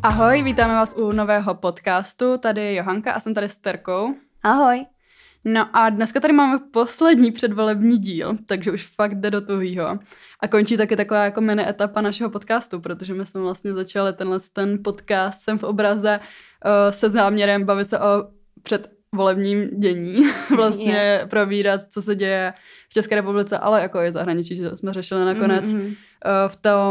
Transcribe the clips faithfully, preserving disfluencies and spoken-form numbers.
Ahoj, vítáme vás u nového podcastu, tady je Johanka a jsem tady s Terkou. Ahoj. No a dneska tady máme poslední předvolební díl, takže už fakt jde do tuhýho. A končí taky taková jako mini etapa našeho podcastu, protože my jsme vlastně začali tenhle ten podcast Jsem v obraze uh, se záměrem bavit se o předvolebním dění, vlastně yes. probírat, co se děje v České republice, ale jako i zahraničí, že jsme řešili nakonec mm-hmm. v tom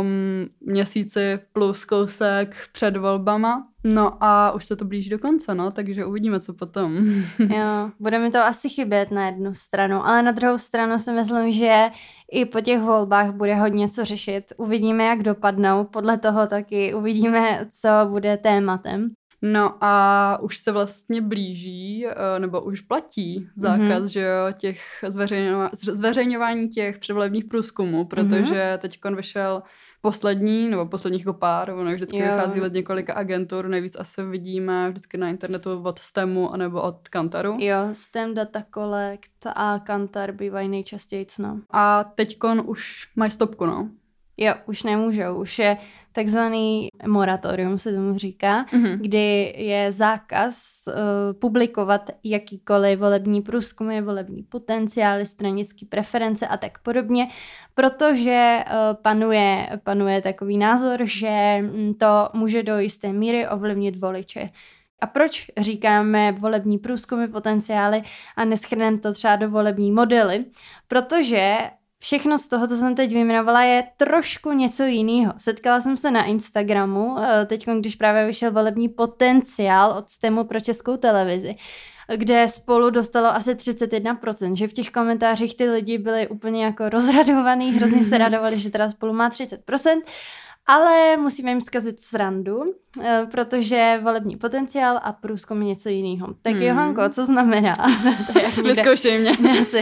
měsíci plus kousek před volbama. No a už se to blíží do konce, no, takže uvidíme, co potom. Jo, bude mi to asi chybět na jednu stranu, ale na druhou stranu si myslím, že i po těch volbách bude hodně co řešit. Uvidíme, jak dopadnou, podle toho taky uvidíme, co bude tématem. No a už se vlastně blíží, nebo už platí zákaz, mm-hmm. že jo, těch zveřejňování, zveřejňování těch předvolebních průzkumů, protože mm-hmm. teďkon vyšel poslední, nebo posledních jako pár, ono vždycky jo. vychází od několika agentur, nejvíc asi vidíme vždycky na internetu od STEMu anebo od Kantaru. Jo, STEM, Data Collect a Kantar bývají nejčastěji, no. A teďkon už mají stopku, no. Jo, už nemůžou, už je takzvaný moratorium, se tomu říká, mm-hmm. kdy je zákaz uh, publikovat jakýkoliv volební průzkumy, volební potenciály, stranické preference a tak podobně, protože uh, panuje, panuje takový názor, že to může do jisté míry ovlivnit voliče. A proč říkáme volební průzkumy, potenciály a neschrneme to třeba do volební modely? Protože všechno z toho, co jsem teď vyjmenovala, je trošku něco jiného. Setkala jsem se na Instagramu, teď, když právě vyšel volební potenciál od STEMu pro Českou televizi, kde Spolu dostalo asi třicet jedna procent, že v těch komentářích ty lidi byli úplně jako rozradovaný, hrozně se radovali, že teda Spolu má třicet procent, ale musíme jim zkazit srandu, protože volební potenciál a průzkum je něco jiného. Tak hmm. Johanko, co znamená? Vyzkoušej mě.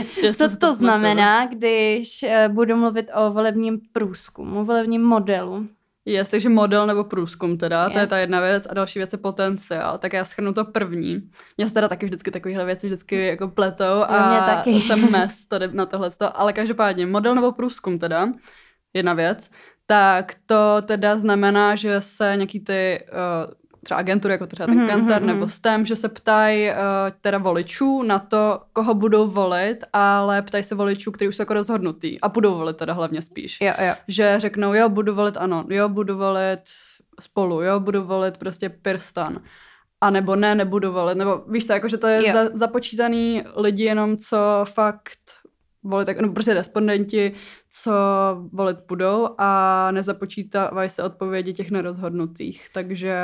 Co to znamená, když budu mluvit o volebním průzkumu, volebním modelu? Yes, takže model nebo průzkum teda, yes. to je ta jedna věc a další věc je potenciál. Tak já shrnu to první. Mně se teda taky vždycky takovéhle věci vždycky jako pletou a taky. jsem mes tady na tohleto, ale každopádně model nebo průzkum teda, jedna věc, tak to teda znamená, že se nějaký ty uh, třeba agentury, jako třeba ten mm-hmm, Kantar mm-hmm. nebo STEM, že se ptají uh, teda voličů na to, koho budou volit, ale ptají se voličů, kteří už jsou jako rozhodnutý a budou volit teda hlavně spíš. Jo, jo. Že řeknou, jo, budu volit ANO, jo, budu volit Spolu, jo, budu volit prostě PirSTAN. A nebo ne, nebudu volit, nebo víš co, jako, že to je za, započítaný lidi jenom, co fakt volit, no prostě respondenti, co volit budou a nezapočítávají se odpovědi těch nerozhodnutých. Takže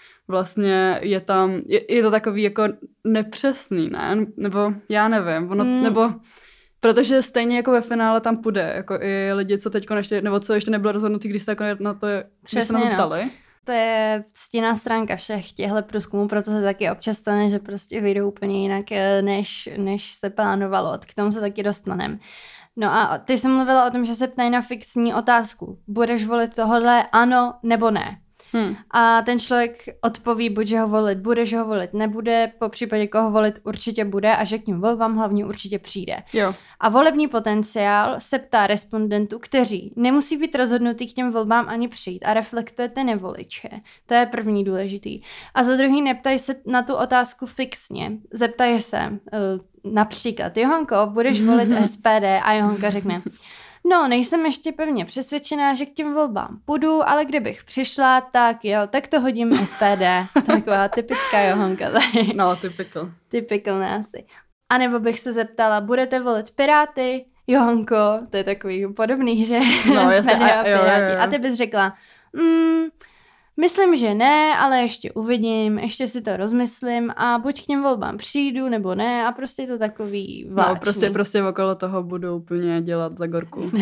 vlastně je tam, je, je to takový jako nepřesný, ne? Nebo já nevím, ono, mm. nebo protože stejně jako ve finále tam půjde, jako i lidi, co teďko ještě, nebo co ještě nebylo rozhodnutý, když se jako na to, když se na to ptali. No. To je stinná stránka všech těchto průzkumů, proto se taky občas stane, že prostě vyjdou úplně jinak, než, než se plánovalo. K tomu se taky dostaneme. No a ty jsi mluvila o tom, že se ptají na fixní otázku. Budeš volit tohle ano nebo ne? Hmm. A ten člověk odpoví, buď že ho volit bude, že ho volit nebude, po případě koho volit určitě bude a že k ním volbám hlavně určitě přijde. Jo. A volební potenciál se ptá respondentů, kteří nemusí být rozhodnutý k těm volbám ani přijít a reflektuje ty nevoliče. To je první důležitý. A za druhý neptají se na tu otázku fixně. Zeptají se uh, například, Johanko, budeš volit S P D? A Johanka řekne, no, nejsem ještě pevně přesvědčená, že k těm volbám půjdu, ale kdybych přišla, tak jo, tak to hodím S P D. Taková typická Johanka tady. No, typical. Typical násy. A nebo bych se zeptala, budete volit Piráty? Johanko, to je takový podobný, že? No, jasně, a, jo, jo, jo. A ty bys řekla, mm, myslím, že ne, ale ještě uvidím, ještě si to rozmyslím a buď k těm volbám přijdu, nebo ne a prostě je to takový vláčný. No, prostě, prostě okolo toho budu úplně dělat za gorku.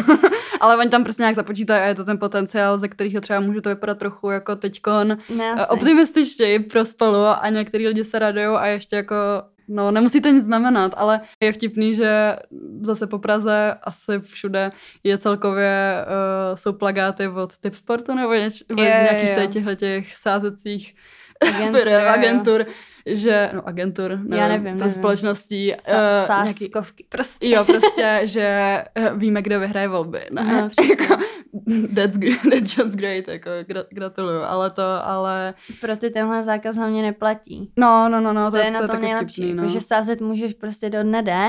Ale oni tam prostě nějak započítají a je to ten potenciál, ze kterého třeba může to vypadat trochu jako teďkon optimističtěji pro Spolu a některý lidi se radujou a ještě jako no, nemusí to nic znamenat, ale je vtipný, že zase po Praze asi všude je celkově, uh, jsou plakáty od Tipsportu nebo něč, je, nějakých je, těch, těch sázecích agentur, agentur že, no agentur, nevím, Já nevím, nevím. společností. Sa- uh, sáskovky, prostě. Jo, prostě, že víme, kdo vyhraje volby, ne? No, jako, That's, that's just great, jako gratuluju, ale to, ale... Pro ty tenhle zákaz hlavně neplatí. No, no, no, no, to, to je na to tom nejlepší, vtipný, no. Že sázet můžeš prostě do dne D,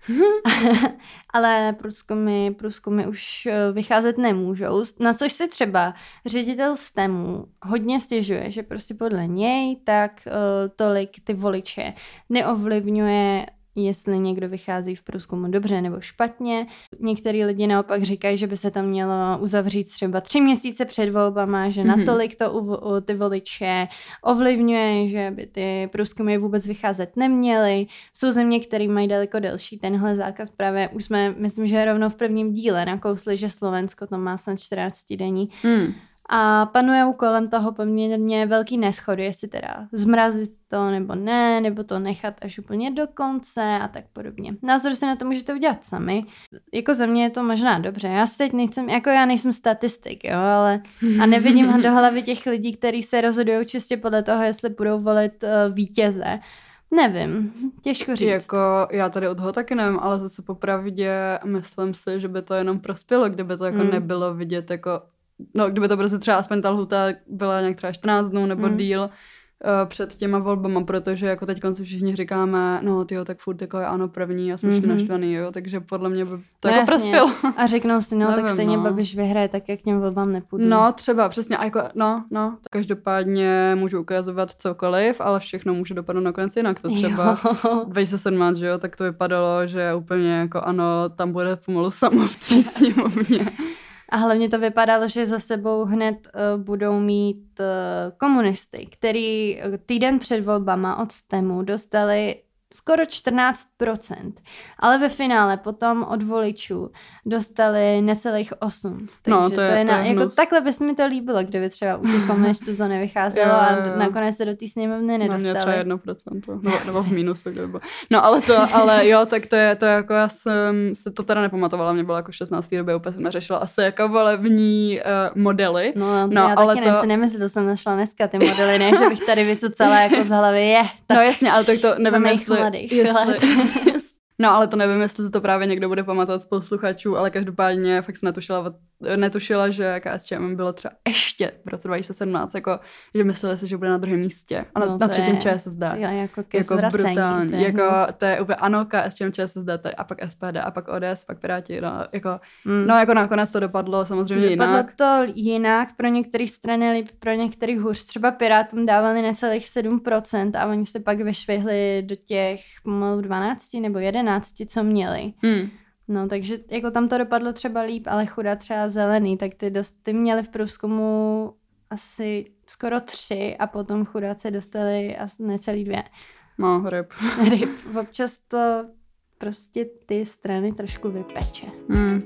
ale průzkumy, průzkumy už vycházet nemůžou, na což si třeba ředitel STEMu hodně stěžuje, že prostě podle něj tak uh, tolik ty voliče neovlivňuje, jestli někdo vychází v průzkumu dobře nebo špatně. Některý lidi naopak říkají, že by se to mělo uzavřít třeba tři měsíce před volbama, že mm-hmm. natolik to u, u ty voliče ovlivňuje, že by ty průzkumy vůbec vycházet neměly. Jsou země, které mají daleko delší tenhle zákaz. Právě už jsme, myslím, že rovnou v prvním díle nakousli, že Slovensko to má snad čtrnáct denní. Mm. A panují kolem toho poměrně velký neschody, jestli teda zmrazit to nebo ne, nebo to nechat až úplně do konce a tak podobně. Názor si na to můžete udělat sami. Jako za mě je to možná dobře. Já si teď nejsem, jako já nejsem statistik, jo, ale a nevidím do hlavy těch lidí, kteří se rozhodují čistě podle toho, jestli budou volit uh, vítěze. Nevím, těžko říct. Jako já tady od toho taky nevím, ale zase popravdě myslím si, že by to jenom prospělo, kdyby to jako mm. nebylo vidět jako no, kdyby to prostě třeba aspoň ta lhůta byla nějak třeba čtrnáct dnů nebo mm. díl uh, před těma volbama, protože jako teď konci všichni říkáme, no tyjo, tak furt jako je ano první a jsme všichni mm-hmm. naštvaný, jo, takže podle mě by to no jako prospělo. A řeknou si, no nevím, tak stejně no. Babiš vyhraje, tak jak těm volbám nepůjdu. No třeba, přesně, a jako, no, no, každopádně můžu ukazovat cokoliv, ale všechno může dopadnout nakonec jinak, to třeba dva tisíce sedmnáct, že jo, tak to vypadalo, že úplně jako ano, tam bude pomalu samo v té sněmovně. A hlavně to vypadalo, že za sebou hned uh, budou mít uh, komunisty, který týden před volbama od STEMu dostali skoro čtrnáct procent, ale ve finále potom od voličů dostali necelých osm. Takže no, to, to je, je, to na, je jako takhle by se mi to líbilo, kdyby třeba u těch komunistů to nevycházelo jo, jo, jo. A nakonec se do té sněmovny nedostali. No mě třeba jedno procento, nebo, nebo v mínusu. Kdyby. No ale to, ale jo, tak to je, to je jako já jsem se to teda nepamatovala, mě bylo jako šestnáctý době, úplně jsem neřešila asi jako volební uh, modely. No, no já ale taky to... ne, si nemyslím, to jsem našla dneska ty modely, ne, že bych tady vycucala jako z hlavy, je. Tak no jasně, ale tak to nevím, jestli, mladých, jestli, no ale to nevím, jestli to právě někdo bude pamatovat z posluchačů, ale každopádně fakt jsem netušila, netušila, že K S Č M bylo třeba ještě v roce dva tisíce sedmnáct, jako, že mysleli si, že bude na druhém místě a na, no na třetím Č S S D. Jako, jako brutální. To je jako, to je úplně ano, K S Č M, Č S S D a pak S P D a pak O D S, pak Piráti, no jako, mm. no jako nakonec to dopadlo samozřejmě dopadlo jinak. Dopadlo to jinak, pro některé strany líp, pro některý hůř. Třeba Pirátům dávali necelých sedm procent a oni se pak vyšvihli do těch pomalu dvanáct nebo jedenáct, co měli. Mm. No, takže jako tam to dopadlo třeba líp, ale chudá třeba Zelený, tak ty, dost, ty měli v průzkumu asi skoro tři a potom chudáci dostali asi necelý dvě. No, ryb. Ryb. Občas to prostě ty strany trošku vypeče. Hmm.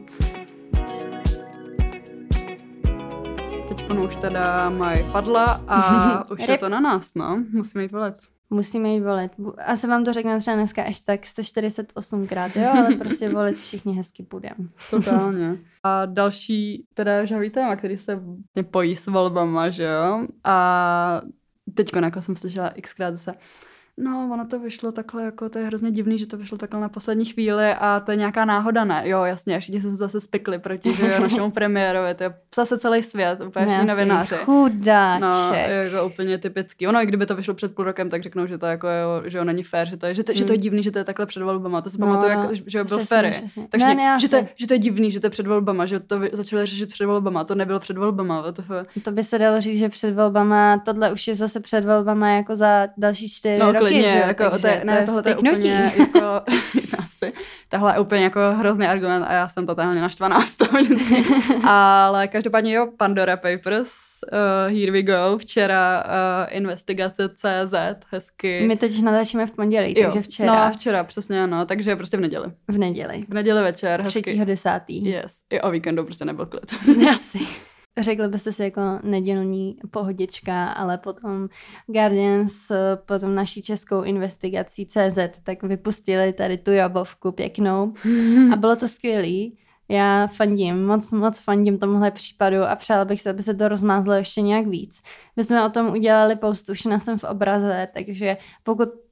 Teď už teda mají padla a už je to na nás, no. Musíme jít volit. Musíme jít volit. Asi vám to řekne třeba dneska až tak sto čtyřicet osmkrát, jo, ale prostě volit všichni hezky půjdeme. Totálně. A další teda žhavý téma, který se pojí s volbama, že jo. A teďko jako jsem slyšela xkrát zase, no, ono to vyšlo takhle, jako to je hrozně divný, že to vyšlo takhle na poslední chvíli a to je nějaká náhoda, ne? Jo, jasně, všichni se zase spikli proti, že jo, našemu premiérovi, to je zase celý svět, úplně všichni novináři. Chudáček. No, jako úplně typický. Ono, i kdyby to vyšlo před půl rokem, tak řeknou, že to jako je, že jo, není fér, že to je, že to, mm. že to je divný, že to je takhle před volbama. To si no, pamatuju, jak, že byl féry. Takže ne, ne, že, to, že to je divný, že to je před volbama, že to začali řešit před volbama, to nebylo před volbama. To, to by se dalo říct, že před volbama, tohle už je zase před volbama jako za další čtyři no, roky, klidně, že? Jako, to je, ne, tohle je úplně jako, asi, tohle je úplně jako hrozný argument a já jsem totálně naštvaná z toho vždycky. Ale každopádně jo, Pandora Papers, uh, here we go, včera uh, investigace tečka cé zet, hezky. My teď natáčíme v pondělí, takže včera. No, včera, přesně, no, takže prostě v neděli. V neděli. V neděli večer, hezky. třetího desátého Yes, i o víkendu prostě nebyl klid. Asi. Řekli byste si jako nedělní pohodička, ale potom Guardians, potom naší českou investigací tečka cé zet, tak vypustili tady tu jabovku pěknou a bylo to skvělý. Já fandím, moc, moc fandím tomuhle případu a přála bych se, aby se to rozmázlo ještě nějak víc. My jsme o tom udělali post už na Jsem v obraze, takže pokud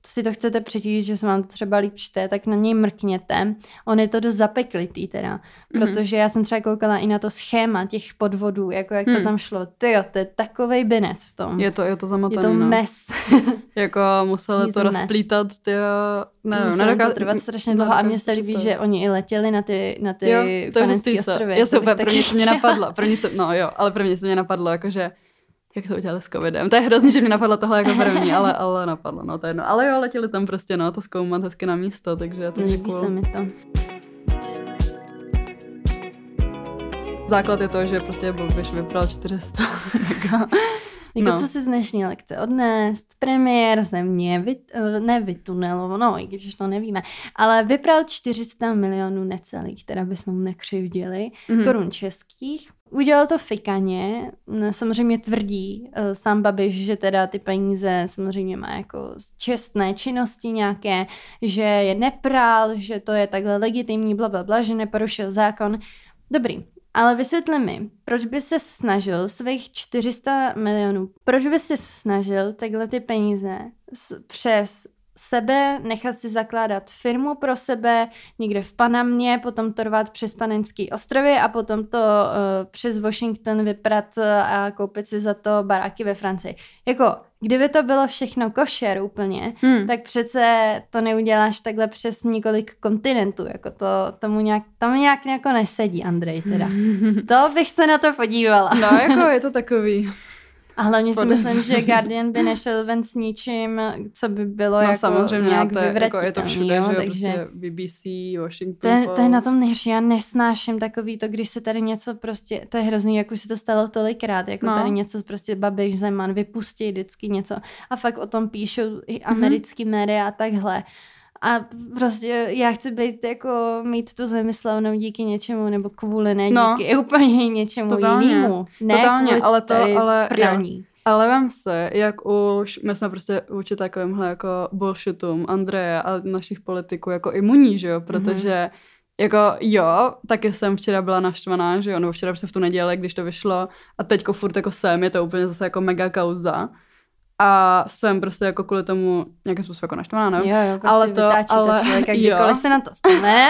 si to chcete přečíst, že se vám to třeba líp čte, tak na něj mrkněte. On je to dost zapeklitý teda, protože mm. já jsem třeba koukala i na to schéma těch podvodů, jako jak mm. to tam šlo. Tyjo, to je takovej binec v tom. Je to, je to zamotaný, Je to no. mes. Jako museli to rozplítat, tyjo, nevím. Muselo nedoká... to trvat strašně dlouho a mně se líbí, že oni i letěli na ty, na ty Panenské ostrovy. Já super, pro mě se mě napadlo, pro mě se, no jo, ale pro mě se mě napadlo, jakože jak to udělali s covidem. To je hrozný, že mi napadlo tohle jako první, ale, ale napadlo, no to je jedno. Ale jo, letěli tam prostě, no, to zkoumat hezky na místo, takže to líbí cool. se mi to. Základ je to, že prostě Babiš vypral čtyři sta. Jako no. Co si z dnešní lekce odnést? Premiér země, vy, ne vytunelovo, no i když to nevíme, ale vypral čtyři sta milionů necelých, teda bychom mu nekřivdili, mm-hmm. korun českých. Udělal to fikaně, samozřejmě tvrdí sám Babiš, že teda ty peníze samozřejmě má jako čestné činnosti nějaké, že je nepral, že to je takhle legitimní, blablabla, že neporušil zákon. Dobrý. Ale vysvětli mi, proč by se snažil svých čtyři sta milionů, proč by se snažil takhle ty peníze přes sebe nechat si zakládat firmu pro sebe někde v Panamě, potom to rvat přes Panenské ostrovy a potom to uh, přes Washington vyprat a koupit si za to baráky ve Francii. Jako, kdyby to bylo všechno košer úplně, hmm. tak přece to neuděláš takhle přes několik kontinentů, jako to tomu nějak, tomu nějak jako nesedí, Andrej, teda. To bych se na to podívala. No, jako je to takový. A hlavně si myslím, že Guardian by nešel ven s ničím, co by bylo no, jako samozřejmě, nějak to je, jako je to všude, jo, že takže prostě B B C, Washington to je, Post. to je na tom nejhorší, já nesnáším takový to, když se tady něco prostě, to je hrozný, jak už se to stalo tolikrát, jako no. tady něco prostě Babiš, Zeman vypustí vždycky něco a fakt o tom píšou i americký mm-hmm. média a takhle. A prostě já chci být jako mít tu zemi slavnou díky něčemu, nebo kvůli ne no. díky úplně něčemu Totálně. jinému. Ne Totálně, kvůli ale to, ale praní. Ale vem se, jak už my jsme prostě vůči takovýmhle jako bullshitům Andreje a našich politiků jako imunní, že jo, protože mm-hmm. jako jo, taky jsem včera byla naštvaná, že jo, nebo včera prostě v tu neděli, když to vyšlo a teďko furt jako jsem, je to úplně zase jako mega kauza. A jsem prostě jako kvůli tomu nějakým způsobem jako naštvaná, ne? Jo, jo, prostě ale to, ale, to člověka, kdykoliv se na to vzpomene.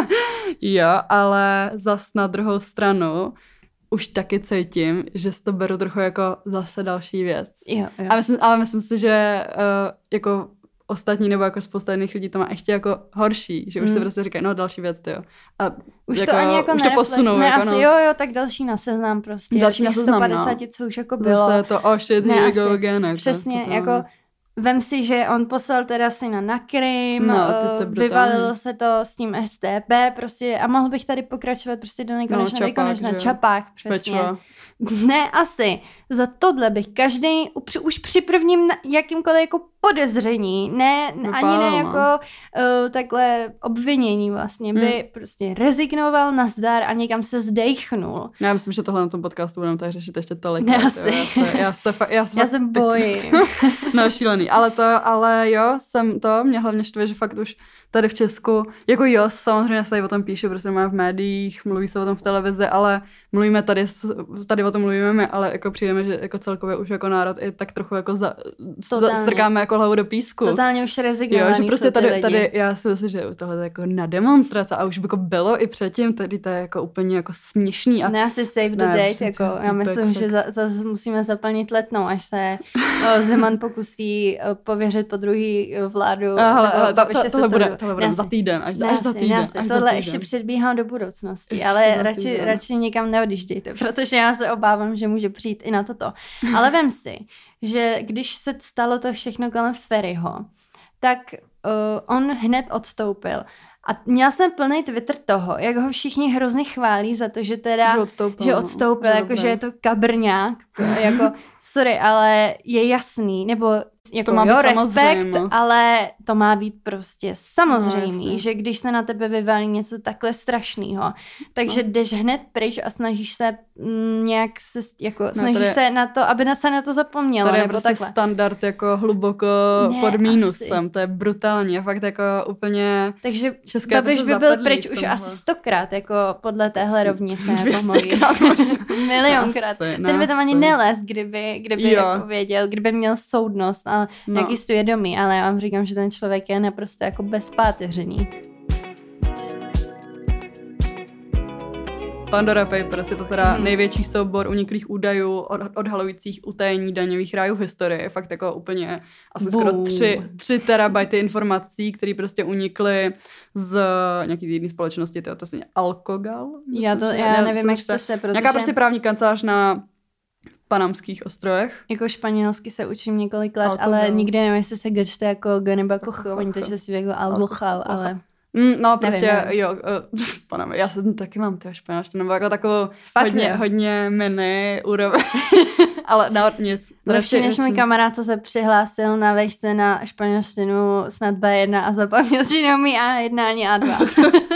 Jo, ale zas na druhou stranu už taky cítím, že si to beru trochu jako zase další věc. Jo, jo. A myslím, ale myslím si, že uh, jako ostatní nebo jako spousta jiných lidí to má ještě jako horší, že už mm. se prostě říkají, no další věc, tyjo. A už jako, to ani jako už to posunou. Ne, jako, asi no. jo, jo, tak další na seznam prostě. Další na seznam, sto padesát, no. Co už jako bylo. Zase to, oh shit, ne, here we asi, go again. Jako, přesně, to, jako vem si, že on poslal teda syna na Krym, no, uh, vyvalilo se to s tím S T B prostě a mohl bych tady pokračovat prostě do nekonečna, no, nekonečna, čapák, přesně. Pečva. Ne, asi. Za tohle bych každý už při prvním jakýmkoliv jako podezření, ne, ani ne jako uh, takhle obvinění vlastně, by hmm. prostě rezignoval nazdar a někam se zdejchnul. Já myslím, že tohle na tom podcastu budeme tak řešit ještě tolik. Ne, asi. Já se, já se, fa- já se, já se bojím. No, šílený. Ale to, ale jo, jsem to, mě hlavně štve, že fakt už tady v Česku, jako jo, samozřejmě se tady o tom píše, protože máme v médiích, mluví se o tom v televizi, ale mluvíme tady, tady o tom mluvíme my, ale jako přijdeme, že jako celkově už jako národ i tak trochu jako za, za, strkáme jako hlavu do písku. Totálně už rezignovaný jo, že prostě tady, lidi. tady, já si myslím, že tohle je jako na demonstrace a už by jako bylo i předtím, tady to je jako úplně jako směšný. A ne, asi save the ne, date, jako já myslím, fakt. Že zase za, musíme zaplnit letnou, až se o, Zeman pokusí o, pověřit po druhý vládu. Aha, ale to, to, tohle bude, tohle bude za týden, až, až za týden. Až tohle za týden. ještě předbíhám do budoucnosti, ale radši, radši nikam neodjíždějte, protože já se obávám, že může přijít i na toto. Ale vem si, že když se stalo to všechno kolem Feriho, tak uh, on hned odstoupil. A měla jsem plný Twitter toho, jak ho všichni hrozně chválí za to, že teda, že odstoupil, že, odstoupil, no, jako, že je to kabrňák, jako, sorry, ale je jasný, nebo jako to má jo, respekt, ale to má být prostě samozřejmý, no, že když se na tebe vyvalí něco takhle strašného, takže no. jdeš hned pryč a snažíš se mm, nějak se, jako, no, snažíš tady, se na to, aby na se na to zapomnělo, nebo prostě takhle. Standard jako hluboko ne, pod mínusem, asi. To je brutální a fakt jako úplně takže Česká Babiš by byl pryč už asi stokrát, jako podle téhle rovnice, jako mojí. Milionkrát. Asi, Ten by tam ani nelez, kdyby, kdyby jako věděl, kdyby měl soudnost a no. nějaký svědomí, ale já vám říkám, že ten člověk je naprosto jako bezpáteřený. Pandora Papers je to teda hmm. největší soubor uniklých údajů odhalujících utajení daňových rájů v historii. Je fakt jako úplně asi Bum. skoro tři, tři terabajty informací, které prostě unikly z nějaký jedné společnosti, to, to se nějak Alkogal? Já, to, já ne, nevím, jak to se, protože... Nějaká prostě právní kancelář na Panamských ostrovech. Jako španělsky se učím několik let, Alkogal. Ale nikdy nevím, jestli se gečte jako G nebo jako Ch, oni to čte jako Alkochal, ale... Mm, no prostě nevím, nevím. jo, uh, já jsem taky mám ty španělštinu, nebo jako takovou Fakt hodně, ne. hodně mini úroveň, ale no, nic. Lepší než můj kamarád, co se přihlásil na vejšce na španělštinu snad bé jedna a zapomněl, že neumí A jedna ani á dva.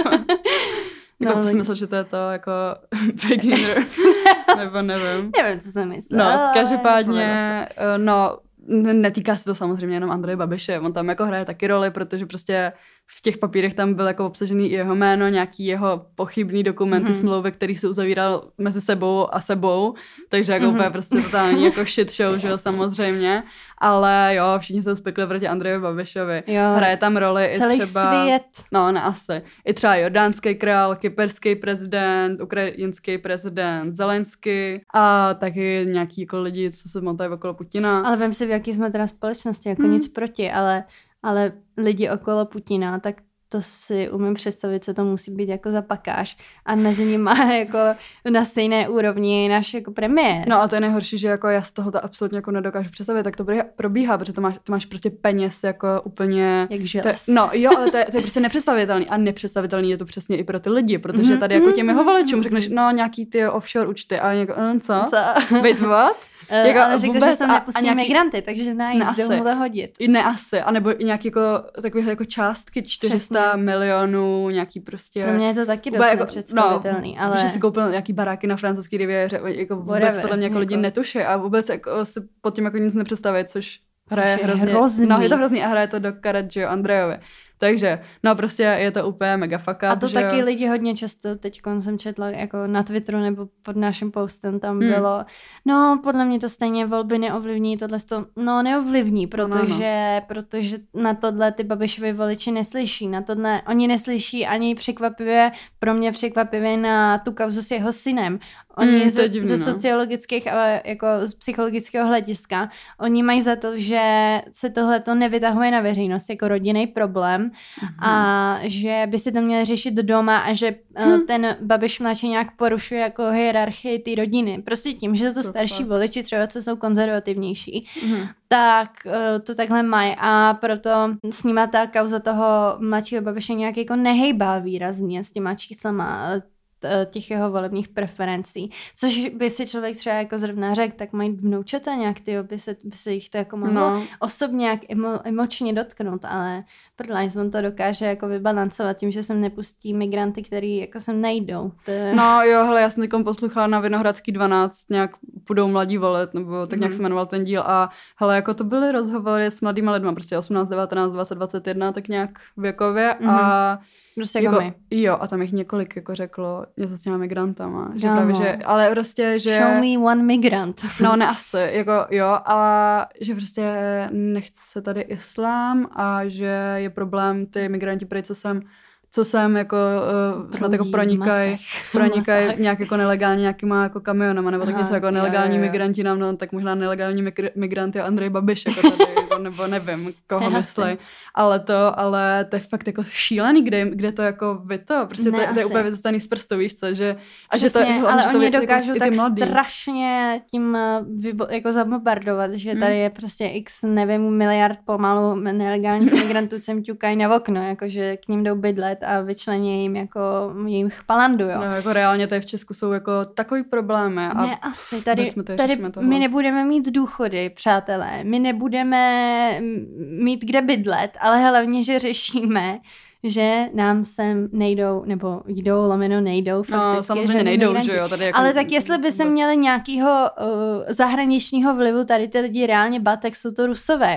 Jako no, smysl, že to je to jako beginner, nebo nevím. Nevím, co jsem myslela. No, každopádně, no, netýká se to samozřejmě jenom Andreje Babiše, on tam jako hraje taky roli, protože prostě v těch papírech tam byl jako obsažený i jeho jméno, nějaký jeho pochybný dokumenty, mm-hmm. smlouvy, který se uzavíral mezi sebou a sebou, takže jako mm-hmm. úplně prostě totální jako shit show, že jo, samozřejmě, ale jo, všichni se spekli proti Andrejovi Babišovi. Jo, hraje tam roli celý i třeba... svět. No, ne asi. I třeba jordánský král, kyperský prezident, ukrajinský prezident, Zelenský a taky nějaký jako lidi, co se montají okolo Putina. Ale vem si, v jaký jsme teda společnosti, jako hmm. nic proti, ale ale lidi okolo Putina, tak to si umím představit, co to musí být jako za pakáž. A mezi nimi jako na stejné úrovni náš jako premiér. No a to je nejhorší, že jako já z toho to absolutně jako nedokážu představit, tak to probíhá, protože to máš, to máš prostě peněz jako úplně... Jak želez. To, no jo, ale to je, to je prostě nepředstavitelný. A nepředstavitelný je to přesně i pro ty lidi, protože tady jako těm jeho voličům řekneš, no nějaký ty offshore účty a jako, uh, co? Co? Wait, what? Jako ale řekl, že jsem nepustí nějaký... migranty, takže nice, jdou mu to hodit. Ne asi, anebo i nějaký jako takovýhle jako částky, čtyři sta Přesně. milionů, nějaký prostě... Pro mě je to taky dost jako, nepředstavitelný, no, ale... že si koupil nějaký baráky na francouzské riviéře, jako vůbec Whatever, podle mě jako, jako lidi netuší a vůbec jako si pod tím jako nic nepředstavit, což hraje což je hrozně... Hrozný. No, je to hrozný a hraje to do karet, že jo, Andrejovi. Takže, no prostě je to úplně mega fuck up, A to že taky jo? Lidi hodně často, teď jsem četla jako na Twitteru nebo pod naším postem tam hmm. bylo, no podle mě to stejně volby neovlivní, tohle to, no neovlivní, protože, no, no. protože na tohle ty Babišovi voliči neslyší, na tohle oni neslyší ani překvapivě, pro mě překvapivě na tu kauzu s jeho synem. Oni hmm, ze, divný, ze sociologických a jako z psychologického hlediska, oni mají za to, že se tohleto nevytahuje na veřejnost jako rodinný problém mm-hmm. a že by si to měli řešit doma a že hmm. ten Babiš mladší nějak porušuje jako hierarchii té rodiny. Prostě tím, že to, to starší fakt. Voliči třeba, co jsou konzervativnější, mm-hmm. tak to takhle mají a proto s nima ta kauza toho mladšího Babiše nějak jako nehejbá výrazně s těma číslama těch jeho volebních preferencí. Což by si člověk třeba jako zrovna řekl, tak mají vnoučata nějak, tyjo, by se, by se jich to jako mohlo no. osobně nějak emo, emočně dotknout, ale prdlaň, on to dokáže jako vybalancovat tím, že sem nepustí migranty, který jako sem nejdou. Je... No jo, hele, já jsem někom poslouchala na Vinohradský dvanáct, nějak půjdou mladí volit, nebo tak nějak mm. se jmenoval ten díl a hele, jako to byly rozhovory s mladýma lidma, prostě osmnáct, devatenáct, dvacet, dvacet jedna, tak nějak věkově mm. a prostě jako, jako jo, a tam jich několik jako řeklo něco s těma migrantama, že no. právě, že, ale prostě, že... Show me one migrant. No, ne asi, jako jo, a že prostě nechce tady islám a že je problém ty migranti prej, co jsem co sem jako uh, snad jako pronikají pronikají nějak jako nelegálně nějakýma jako kamionama, nebo tak Aha, něco jako nelegální jo, jo. migranti nám, no tak možná nelegální migr- migranty a Andrej Babiš jako tady, jako, nebo nevím, koho myslej. Ale to, ale to je fakt jako šílený, kde, kde to jako vy to, prostě ne, to, to je úplně vyzostaný z prstu, víš co, že a Přesně, že to je ale oni to, dokážou jako, tak strašně tím vybo- jako zabombardovat, že hmm. tady je prostě x, nevím, miliard pomalu nelegálních migrantů, sem ťukají na okno, jakože k ním jdou bydlet a vyčlení jim jako jim chpalandu, jo. No, jako reálně tady v Česku jsou jako takový problémy. A ne, asi. Tady, tady my nebudeme mít důchody, přátelé. My nebudeme mít kde bydlet, ale hlavně, že řešíme, že nám sem nejdou, nebo jdou, lomeno nejdou. Fakticky, no, samozřejmě nejdou, migranti. Že jo. Tady jako ale tak jestli by se měli nějakého uh, zahraničního vlivu tady ty lidi reálně bát, tak jsou to Rusové, jo.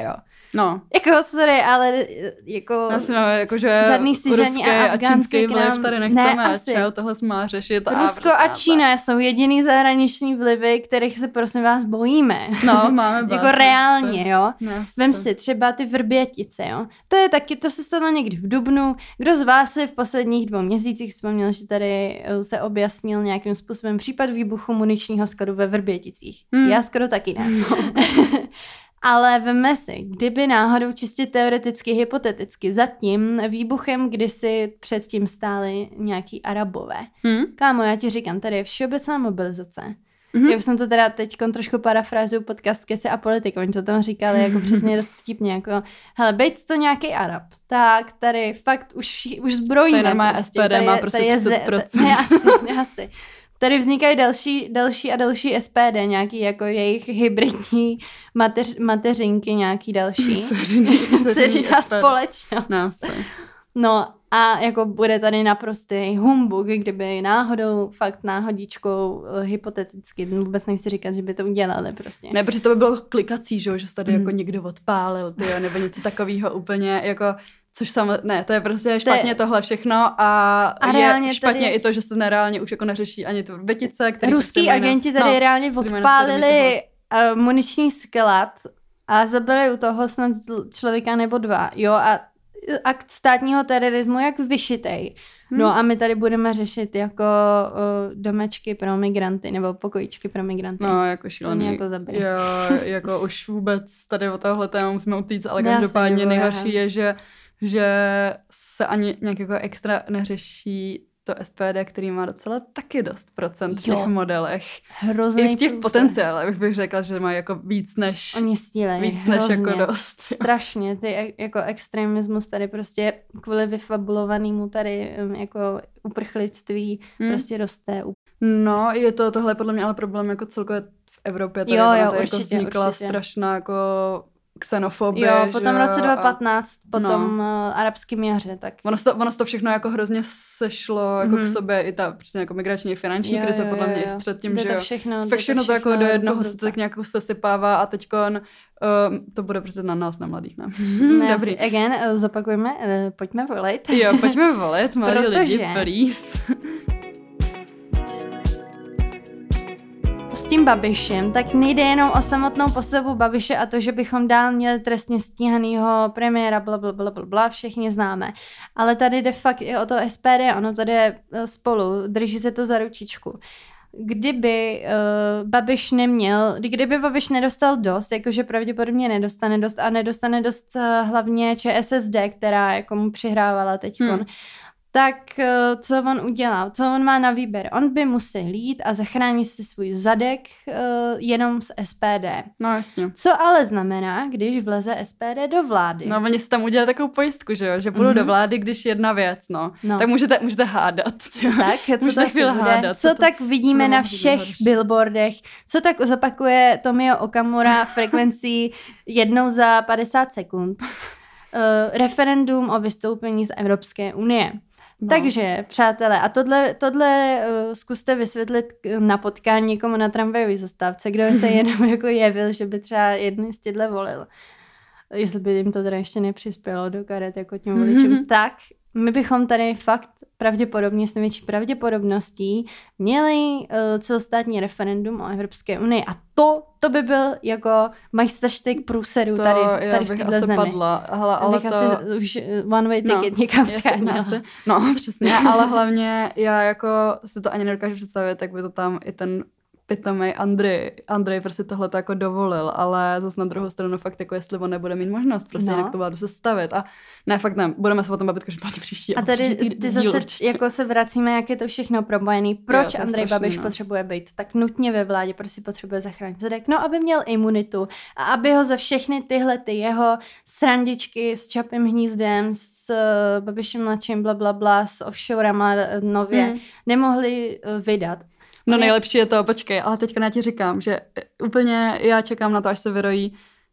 No. Jako, sorry, ale jako... Asi máme, jako, že žádný syřaní a, a čínský vliv tady nechceme, ne, asi. čel, tohle má řešit. Rusko a, a Čína jsou jediný zahraniční vlivy, kterých se prosím vás bojíme. No, máme bát. Jako reálně, jo. Nese. Vem si třeba ty Vrbětice, jo. To je taky, to se stalo někdy v dubnu. Kdo z vás si v posledních dvou měsících vzpomněl, že tady se objasnil nějakým způsobem případ výbuchu muničního skladu ve Vrběticích? Hmm. Já skoro taky ne. No. Ale vemme si, kdyby náhodou čistě teoreticky, hypoteticky za tím výbuchem kdysi předtím stáli nějaký Arabové. Hmm? Kámo, já ti říkám, tady je všeobecná mobilizace. Mm-hmm. Já už jsem to teda teď trošku parafrázuju podcast Keci a politik, oni to tam říkali jako přesně dost vtipně, jako hele, bejt to nějaký Arab, tak tady fakt už, už zbrojíme. Tady nemá prostě. S P D, tady, má prostě tady třicet procent. Ne, asi, ne, asi. Tady vznikají další, další a další S P D, nějaký jako jejich hybridní mateř, mateřinky, nějaký další. Dceřiná společnost. No, no a jako bude tady naprostý humbug, kdyby náhodou, fakt náhodičkou, hypoteticky, vůbec nechci říkat, že by to udělali prostě. Ne, protože to by bylo klikací, že, že se tady mm. jako někdo odpálil, tyjo, nebo něco takového úplně jako... Což samozřejmě, ne, to je prostě špatně to je, tohle všechno a, a je špatně tady... i to, že se nereálně už jako neřeší ani tu Vrbětice, který... Ruský prostě agenti tady no, reálně odpálili uh, muniční sklad a zabili u toho snad člověka nebo dva, jo, a akt státního terorismu jak vyšitej. Hmm. No a my tady budeme řešit jako uh, domečky pro migranty nebo pokojíčky pro migranty. No, jako šílený. Jako zabili. Jo, jako už vůbec tady o tohle téma musíme utíct, ale každopádně nejhorší je, že že se ani nějak jako extra neřeší to S P D, který má docela taky dost procent v těch jo. modelech. Hrozný I v těch průse. Potenciálech bych řekla, že má jako víc než Oni stílej, víc než hrozně. jako dost. Strašně, ty jako extremismus tady prostě kvůli vyfabulovanému tady jako uprchlictví hmm. prostě roste. No, je to tohle podle mě ale problém jako celkově v Evropě. Tady jo, jo, to určitě, jako vznikla určitě. strašná jako xenofobie. Jo, potom v roce dva tisíce a... patnáct, potom no. arabským jaře, tak. Ono to, ono to všechno jako hrozně sešlo jako mm-hmm. k sobě, i ta prostě jako migrační finanční jo, krize, jo, podle jo, mě jo. i před tím, jde že to jo. všechno, Fakt všechno to jako do jednoho se tak nějak sesypává a teďkon um, to bude prostě na nás, na mladých, ne? ne Dobrý. Again, uh, zopakujeme, uh, pojďme volit. Jo, pojďme volit, mladí Protože... lidi, please. S tím Babišem, tak nejde jenom o samotnou postavu Babiše a to, že bychom dál měli trestně stíhanýho premiéra, blablabla, bla, bla, všichni známe. Ale tady jde fakt i o to S P D, ono tady je spolu, drží se to za ručičku. Kdyby uh, Babiš neměl, kdyby Babiš nedostal dost, jakože pravděpodobně nedostane dost a nedostane dost uh, hlavně ČSSD, která jako mu přihrávala teďkon, hmm. tak uh, co on udělal, co on má na výběr? On by musel jít a zachránit si svůj zadek uh, jenom z S P D. No jasně. Co ale znamená, když vleze S P D do vlády? No oni si tam udělali takovou pojistku, že jo, že půjdu mm-hmm. do vlády, když jedna věc, no. no. Tak můžete, můžete hádat. Jo? Tak, co můžete tak bude? Hádat. Co, co to, tak vidíme na všech billboardech? Co tak zopakuje Tomio Okamura frekvencí jednou za padesát sekund? Uh, referendum o vystoupení z Evropské unie. No. Takže, přátelé, a tohle, tohle uh, zkuste vysvětlit na potkání někomu na tramvajové zastávce, kdo se jenom jako jevil, že by třeba jedný z těchto volil. Jestli by jim to teda ještě nepřispělo do karet jako těm voličům, mm-hmm. tak my bychom tady fakt pravděpodobně s největší pravděpodobností měli uh, celostátní referendum o Evropské unii a to, to by byl jako majsterštyk průseru tady, tady v této zemi. Padla. Hele, ale bych to... asi už one way ticket no, někam scháněla. No, přesně, ale hlavně já jako si to ani nedokážu představit, tak by to tam i ten pitomej Andrej, Andrej prostě tohle to jako dovolil, ale zase na druhou stranu fakt jako jestli on nebude mít možnost prostě no. jak to vládu sestavit a ne, fakt ne, budeme se o tom bavit každopádně příští. A tady příští ty zase určitě. Jako se vracíme, jak je to všechno propojený. Proč jo, Andrej Babiš no. potřebuje být tak nutně ve vládě, prostě potřebuje zachránit zadek, no aby měl imunitu a aby ho za všechny tyhle ty jeho srandičky s Čapím hnízdem, s uh, Babišem mladším, blablabla, bla, s offshorama nově hmm. nemohli uh, vydat. No nejlepší je to, počkej, ale teďka já ti říkám, že úplně já čekám na to, až se vyrojí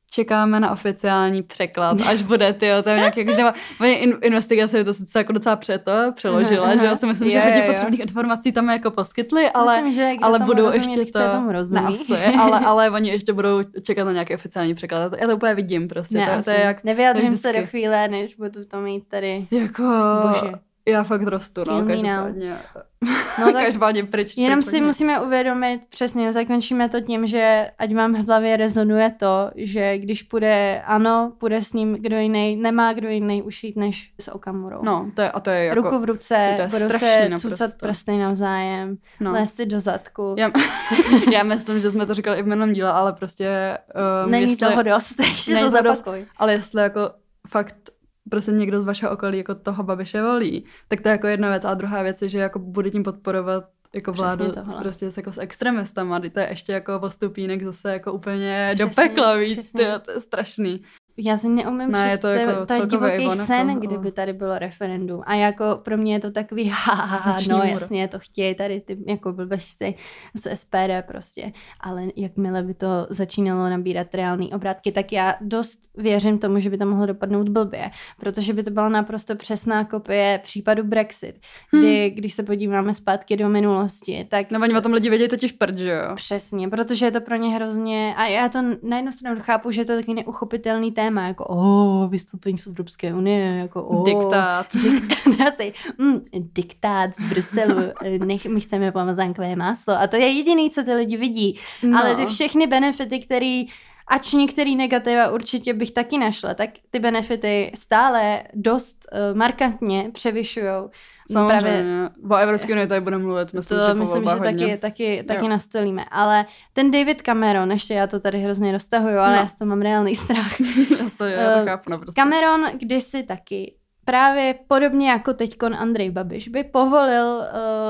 čekáme na oficiální překlad, až bude, tyjo, to je nějaký, jakože nebo, in, investigace to sice jako docela přeto přeložila, uh-huh, že já si myslím, jo, že hodně potřebných informací tam jako poskytli, ale, myslím, že ale budou rozumí, ještě to, tomu rozumí. Asi, ale, ale oni ještě budou čekat na nějaký oficiální překlad, já to úplně vidím prostě, ne, to, to je jak... Nevyjádřím se do chvíle, než budu to mít tady, jako... Bože. Já fakt rostu, no, každopádně. No, každopádně pryč. Jenom si musíme uvědomit, přesně, zakončíme to tím, že ať vám v hlavě rezonuje to, že když půjde ano, půjde s ním kdo jiný, nemá kdo jiný už jít než s Okamurou. No, to je, a to je jako... Ruku v ruce, budou se cucat prsty navzájem, no. lézt si do zadku. Já, já myslím, že jsme to říkali i v minulém díle, ale prostě... Um, Není jestli, toho dost, ještě to zapakuj. Ale jestli jako fakt... prostě někdo z vašeho okolí jako toho Babiše volí, tak to je jako jedna věc. A druhá věc je, že jako bude tím podporovat jako vládu prostě jako s extremistama. To je ještě jako postupínek zase jako úplně přesně, do pekla, víc. To je, to je strašný. Já si neumím ne, představit, je to, jako to je divoký jako, sen, jako, kdyby tady bylo referendum. A jako pro mě je to takový, ha, no jasně, to chtějí tady ty jako blbečci z S P D prostě. Ale jakmile by to začínalo nabírat reální obrátky, tak já dost věřím tomu, že by to mohlo dopadnout blbě. Protože by to byla naprosto přesná kopie případu Brexit. Kdy, hmm. když se podíváme zpátky do minulosti, tak... No oni o tom lidi vědějí totiž prd, že jo? Přesně, protože je to pro ně hrozně... A já to na jednu stranu chápu, že je to taky neuchopitelný téma, jako oh, vystoupení z Evropské unie, jako oh, diktát. Diktát, mm, diktát z Bruselu, nech, my chceme pomazánkové máslo. A to je jediný, co ty lidi vidí. No. Ale ty všechny benefity, který, ač některý negativa určitě bych taky našla, tak ty benefity stále dost uh, markantně převyšujou. Samozřejmě. Právě, o Evropské unii tady budeme mluvit. Myslím, to že myslím, že taky, taky, taky nastolíme. Ale ten David Cameron, ještě já to tady hrozně roztahuju, ale no. já s toho mám reálný strach. já, se, já to chápu naprosto. Cameron kdysi taky, právě podobně jako teďkon Andrej Babiš, by povolil uh,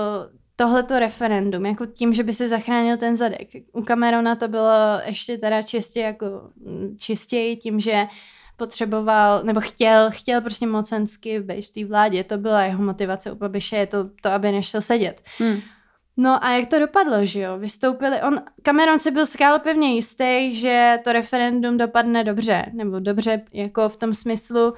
tohleto referendum, jako tím, že by si zachránil ten zadek. U Camerona to bylo ještě teda čistě jako čistěji tím, že potřeboval, nebo chtěl, chtěl prostě mocensky být v té vládě. To byla jeho motivace u Babiše, je to, to aby nešel sedět. Hmm. No a jak to dopadlo, že jo? Vystoupili, on, Cameron si byl skálopevně jistý, že to referendum dopadne dobře, nebo dobře jako v tom smyslu,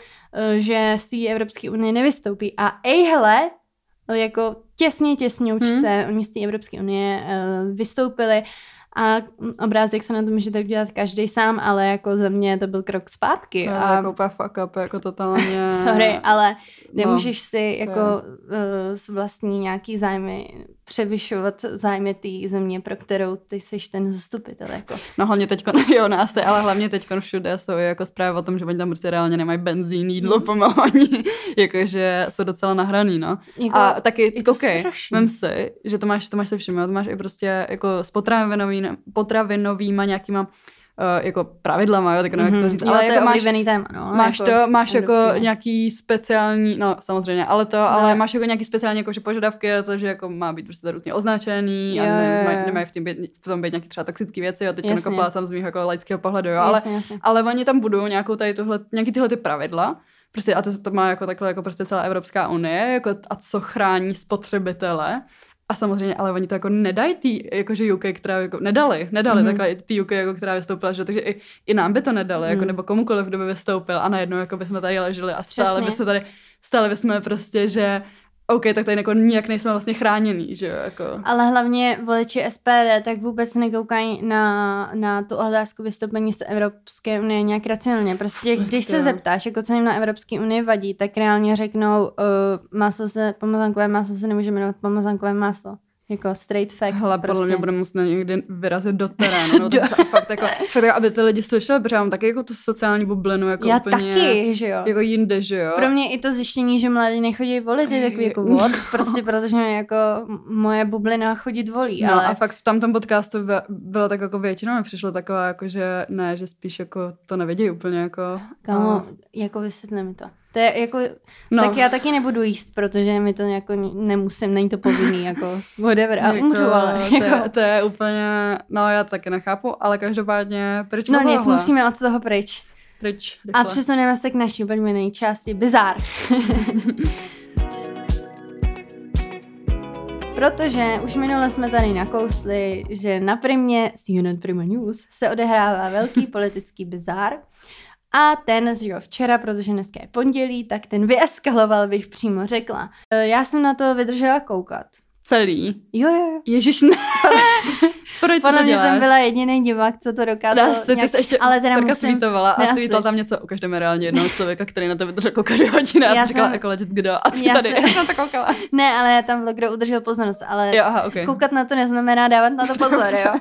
že z té Evropské unie nevystoupí. A ejhle, jako těsně, těsňoučce, hmm. oni z té Evropské unie vystoupili. A obrázek se na to můžete udělat každý sám, ale jako za mě to byl krok zpátky. To je a... jako úplně fuck up, jako totálně... Sorry, ale nemůžeš no, si jako uh, s vlastní nějaký zájmy převyšovat zájmy té země, pro kterou ty jsi ten zastupitel. Jako. No hlavně teďko, no jo, nás je, ale hlavně teďko všude jsou jako zprávy o tom, že oni tam prostě reálně nemají benzín, jídlo mm. pomalu, oni jakože jsou docela nahraný, no. Jako, a taky, koukej, vem si, že to máš, to máš se všimnout, to máš i prostě jako s potravinový, potravinovýma nějakýma Uh, jako pravidlama, jo, tak nevím, jak to říct. Jo, ale to jako je máš, oblíbený téma, no. Máš jako to, máš jako evropský. nějaký speciální, no samozřejmě, ale to, no. ale máš jako nějaký speciální jakože požadavky, to, že jako má být prostě rutně označený jo, a ne, maj, nemají v tom být, v tom být nějaký třeba toxické věci, jo, teď jako plácám z mýho jako laického pohledu, jo, ale, jasně, jasně. ale oni tam budou nějakou tady tohle, nějaký tyhle ty pravidla, prostě a to, to má jako takhle jako prostě celá Evropská unie, jako a co chrání spotřebitele. A samozřejmě, ale oni to jako nedají tý, jakože U K, která jako nedali, nedali mm-hmm. takhle tý U K, jako která vystoupila, že takže i, i nám by to nedali, mm. jako nebo komukoliv, kdo by vystoupil a najednou jako bychom tady leželi a stále Přesně. by se tady, stále bychom prostě, že OK, tak tady jako nijak nejsme vlastně chráněný, že jo, jako. Ale hlavně voliči S P D tak vůbec nekoukají na, na tu otázku vystoupení z Evropské unie nějak racionálně. Prostě když prostě. se zeptáš, jako co jim na Evropské unii vadí, tak reálně řeknou, uh, máslo se, pomazánkové máslo se nemůže jmenovat pomazánkové máslo. Jako straight facts. Hele, prostě. podle mě budeme muset někdy vyrazit do terénu. No, to fakt, jako, fakt, aby ty lidi slyšeli, protože já mám taky jako tu sociální bublinu. Jako já úplně, taky, že jo. Jako jinde, že jo. Pro mě i to zjištění, že mladí nechodí volit, je takový jako what, prostě protože mě jako moje bublina chodit volí. No ale... a fakt v tamtom podcastu bylo tak jako většinou mi přišlo taková, jako, že ne, že spíš jako to nevědí úplně jako. Kámo, a... jako vysvětli mi to. To je jako, no. tak já taky nebudu jíst, protože mi to jako nemusím, není to povinný, jako whatever, a jako, umřu, ale. To je, jako. to je úplně, no já to taky nechápu, ale každopádně pryč No tohle. nic, musíme od toho pryč. Pryč, rychle. A přesuneme se k naší úplně části, bizár. protože už minule jsme tady nakousli, že na Primě, C N N Prima News, se odehrává velký politický bizár. A ten, že jo, včera, protože dneska je pondělí, tak ten vyeskaloval, bych přímo řekla. Já jsem na to vydržela koukat. Celý? Jo, jo. Ježiš, ne. Proč Podle to mě děláš? jsem byla jediný divák, co to dokázal. Dá se, nějak... ty jsi ještě ale teda Terka musím... tweetovala a tweetoval tam něco, ukažte mi reálně jednoho člověka, který na to vydržel koukat dvě hodiny. Já, já jsem říkala, jako legit kdo, a ty já tady, jsem... já jsem to koukala. Ne, ale já tam byl, kdo udržel pozornost, ale jo, aha, okay. Koukat na to neznamená dávat na to pozor, jo.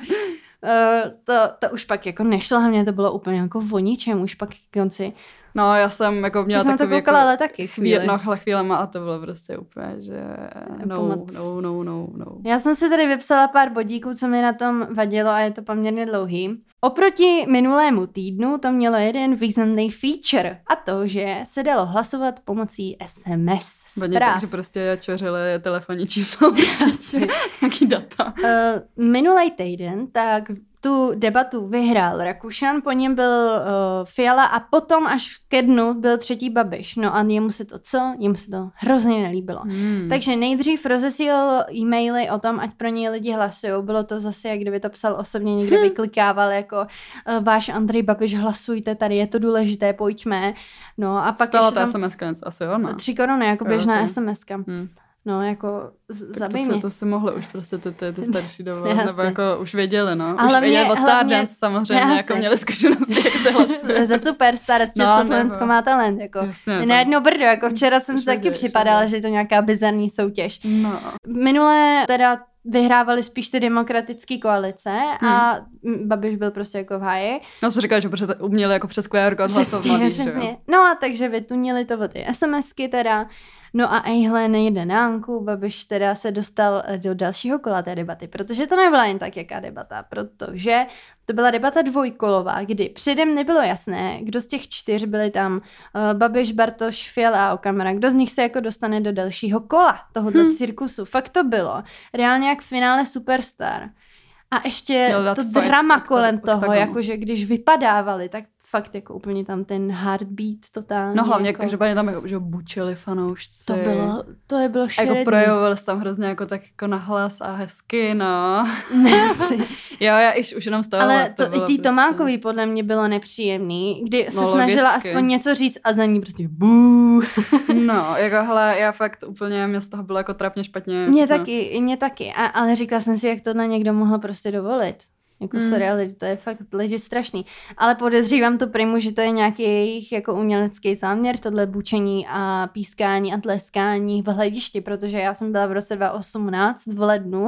Uh, to, to už pak jako nešlo, hlavně to bylo úplně jako o ničem, už pak k konci. No, já jsem jako měla takový... takový... to koukala, jako, ale taky chvíli. No, ale chvílema a to bylo prostě úplně, že no, no, no, no, no. Já jsem si tady vypsala pár bodíků, co mi na tom vadilo a je to poměrně dlouhý. Oproti minulému týdnu to mělo jeden významný feature a to, že se dalo hlasovat pomocí S M S zpráv. Takže prostě čořili telefonní číslo, nějaký data. Uh, minulej týden, tak tu debatu vyhrál Rakušan, po něm byl uh, Fiala a potom až ke dnu byl třetí Babiš. No a jemu se to co? Jemu se to hrozně nelíbilo. Hmm. Takže nejdřív rozesílal e-maily o tom, ať pro něj lidi hlasujou. Bylo to zase, jak kdyby to psal osobně, někde hmm. vyklikával jako uh, váš Andrej Babiš, hlasujte tady, je to důležité, pojďme. No a pak stala ta es em eska něco asi, jo? No. Tři koruny, jako běžná okay. es em eska. Hmm. No, jako zabij to, mě. to si mohli už prostě ty, ty, ty starší doby, nebo jako už věděli, no. A už hlavně, věděli od Stardance samozřejmě, jasně. Jako měli zkušenosti, jak se hlasuje. Ze Superstar, z Československo no, má talent, jako. Jasně, na jedno brdo, jako včera jsem si taky věděli, připadala, že je to nějaká bizarní soutěž. No. Minule teda vyhrávali spíš ty demokratické koalice hmm. a Babiš byl prostě jako v háji. No, co říkáš, že prostě uměli jako přes Q R kód hlasovat mladý, že jo? No a takže vytunili to o ty SMSky teda. No a ejhle, nejde na Anku, Babiš teda se dostal do dalšího kola té debaty, protože to nebyla jen tak jaká debata, protože to byla debata dvojkolová, kdy předem nebylo jasné, kdo z těch čtyř byli tam uh, Babiš, Bartoš, Fiala a Okamura, kdo z nich se jako dostane do dalšího kola tohoto hmm. cirkusu. Fakt to bylo. Reálně jak v finále Superstar. A ještě to fight, drama fakt, kolem toho, tak, jakože když vypadávali, tak fakt jako úplně tam ten heartbeat totálně. No hlavně, jako... každopádně tam jako, že bučili fanoušci. To bylo, to je bylo šeredný. Jako projevovali se tam hrozně jako tak jako nahlas a hezky, no. Ne, jo, já iš, už jenom z toho. Ale to, to i tý prostě... Tomákový podle mě bylo nepříjemný, kdy no, se snažila logicky. Aspoň něco říct a za ní prostě bů. No, jako hele, já fakt úplně, mě z toho bylo jako trapně špatně. Mě taky, mě taky, a, ale říkala jsem si, jak tohle někdo mohl prostě dovolit. Jako mm. sorry, ale to je fakt legit strašný. Ale podezřívám to Primu, že to je nějaký jejich jako umělecký záměr, tohle bučení a pískání a tleskání v hledišti, protože já jsem byla v roce dva tisíce osmnáct v lednu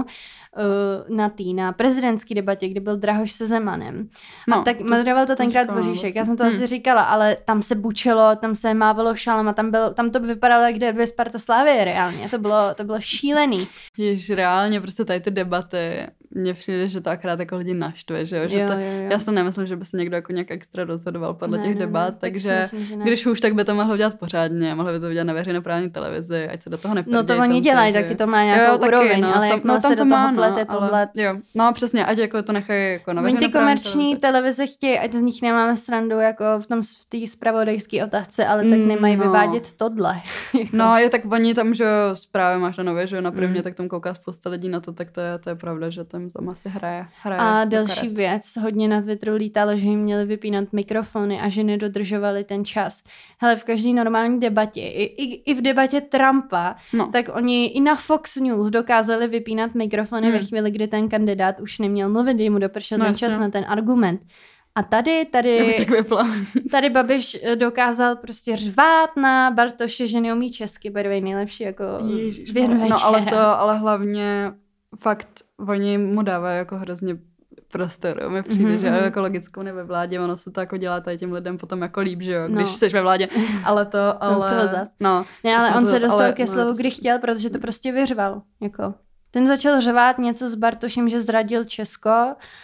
uh, na tý, na prezidentské debatě, kdy byl Drahoš se Zemanem. No, a tak to moderoval to tenkrát Dvoříšek, vlastně. Já jsem to hmm. asi říkala, ale tam se bučilo, tam se mávalo šálem a tam, byl, tam to vypadalo, jak kdyby Sparta Slavie reálně. To bylo, to bylo šílený. Jež reálně prostě tady ty debaty, mně přijde, že to akorát jako lidi naštve, že jo? Že jo, to, jo, jo. Já si nemyslím, že by se někdo jako nějak extra rozhodoval podle ne, těch ne, debat, ne, takže myslím, když už, tak by to mohlo dělat pořádně, mohlo by to dělat na veřejnoprávní televizi, ať se do toho neprdějí. No to oni dělají, taky to má nějakou jo, taky, úroveň, no, ale jak no, se do má, toho plete no, tohle. Jo, no přesně, ať jako to nechají jako na veřejnoprávní televizi. Ty komerční televize chtějí, ať z nich nemáme srandu jako v tom v té zpravodajské otázce, ale tak nemají no. vyvádět tohle. No je tak oni tam, že zprávy máš na Nově, že na Primě, mm. tak tam kouká spousta lidí na to, tak to je, to je pravda, že tam, tam asi hraje. hraje a další věc, hodně na Twitteru lítalo, že jim měli vypínat mikrofony a že nedodržovali ten čas. Hele, v každé normální debatě, i, i, i v debatě Trumpa, no. tak oni i na Fox News dokázali vypínat mikrofony hmm. ve chvíli, kdy ten kandidát už neměl mluvit, kdy mu dopršel no, ten čas na ten argument. A tady, tady, tady Babiš dokázal prostě řvát na Bartoše, že neumí česky, by nejlepší jako Ježiš, věc večera. No ale to, ale hlavně fakt oni mu dávají jako hrozně prostoru. Mi přijde, mm-hmm. že jako logickou ne ve vládě, ono se to jako dělá tady těm lidem potom jako líp, že jo, když no. jsi ve vládě, ale to, ale... toho zas. No, ne, ale on se zas, dostal ale, ke slovu, no, kdy chtěl, protože to prostě vyřval, jako. Ten začal řvát něco s Bartošem, že zradil Česko.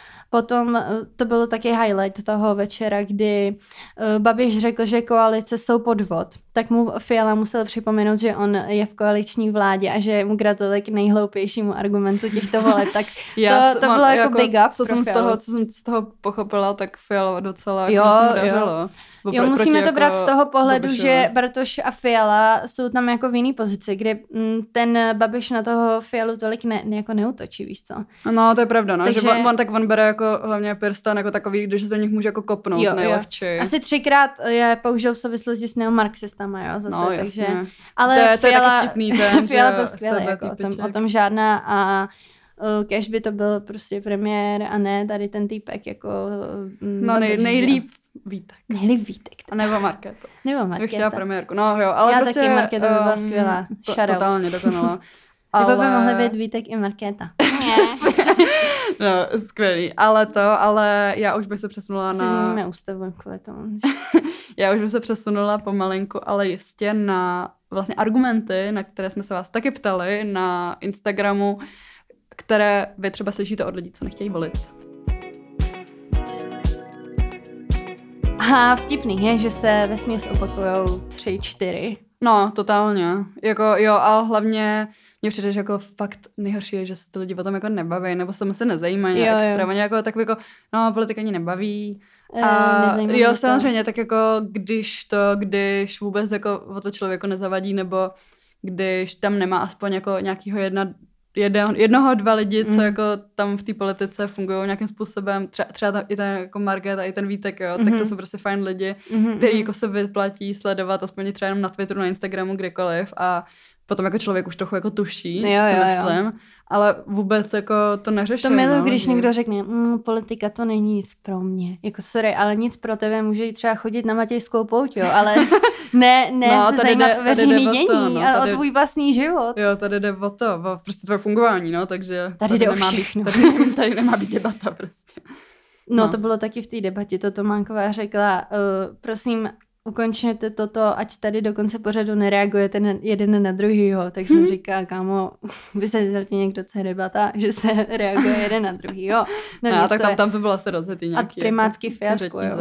Potom to bylo taky highlight toho večera, kdy uh, Babiš řekl, že koalice jsou podvod. Tak mu Fiala musel připomenout, že on je v koaliční vládě a že mu gratuluje k nejhloupějšímu argumentu těchto voleb. Tak Já to, to bylo jako, jako big up co jsem, z toho, co jsem z toho pochopila, tak Fiala docela jo, jako se mu dařilo. Jo, musíme to jako brát z toho pohledu, Babišovi. Že Bartoš a Fiala jsou tam jako v jiný pozici, kde ten Babiš na toho Fialu tolik ne, ne, jako neutočí, víš co? No, to je pravda, no, Takže... že on, on tak on bere jako hlavně Pirstan jako takový, když se do nich může jako kopnout jo, nejlehčej. Jo. Asi třikrát je použil v souvislosti s neomarxistama, jo, zase, no, takže... Jasně. Ale to je, Fiala, to je taky vtipný ten, Fiala byl skvělý, jako o tom, o tom žádná a kež by to byl prostě premiér a ne tady ten týpek jako... No nej, nejlíp Vítek. Nejlíp Vítek. A nebo Markéta. Nebo Markéta. Bych chtěla premiérku. No jo, ale Já prostě... taky Markéta by byla um, skvělá. Shoutout. Totálně dokonala. Ale... Nebo by mohly být Vítek i Markéta. No, skvělý. Ale to, ale já už bych se přesunula si na... Si zmíníme ústavu kvůli tomu. Já už bych se přesunula pomalinku, ale jistě na vlastně argumenty, na které jsme se vás taky ptali na Instagramu, které vy třeba slyšíte od lidí, co nechtějí volit. A vtipný je, že se vesměs opakujou tři, čtyři. No, totálně. Jako jo, ale hlavně mně přijde, že jako fakt nejhorší je, že se ty lidi o tom jako nebaví, nebo se se nezajímají jo, extrémně, jako takový jako, no, politika ani nebaví. A e, jo, samozřejmě, to. Tak jako když to, když vůbec jako o to člověku nezavadí, nebo když tam nemá aspoň jako nějakýho jedna Jeden, jednoho, dva lidi, co mm. jako tam v té politice fungují nějakým způsobem, třeba, třeba tam, i ten jako Markéta, i ten Vítek, jo, mm. tak to jsou prostě fajn lidi, mm. který jako se vyplatí sledovat aspoň třeba jenom na Twitteru, na Instagramu, kdekoliv a potom jako člověk už trochu jako tuší, jo, si jo, myslím, jo. Ale vůbec jako to neřeší. To miluji, no, když že... někdo řekne, mm, politika to není nic pro mě. Jako sorry, ale nic pro tebe, může jít třeba chodit na Matějskou pouť, jo, ale ne, ne no, se zajímat jde, o veřejný dění, to, no, ale tady, o tvůj vlastní život. Jo, tady jde o to, o prostě tvoje fungování, no, takže tady, tady jde o všechno. Být, tady, tady nemá být debata prostě. No, no to bylo taky v té debatě, to Tománková řekla, uh, prosím, ukončete toto, ať tady do konce pořadu nereagujete na jeden na druhýho. Tak jsem hmm. říkala, kámo, vysvětlil ti někdo, co je debata, že se reaguje jeden na druhýho. No, no tak tam, tam by bylo asi rozhetý nějaký. A primácký jako, fiasko, jo.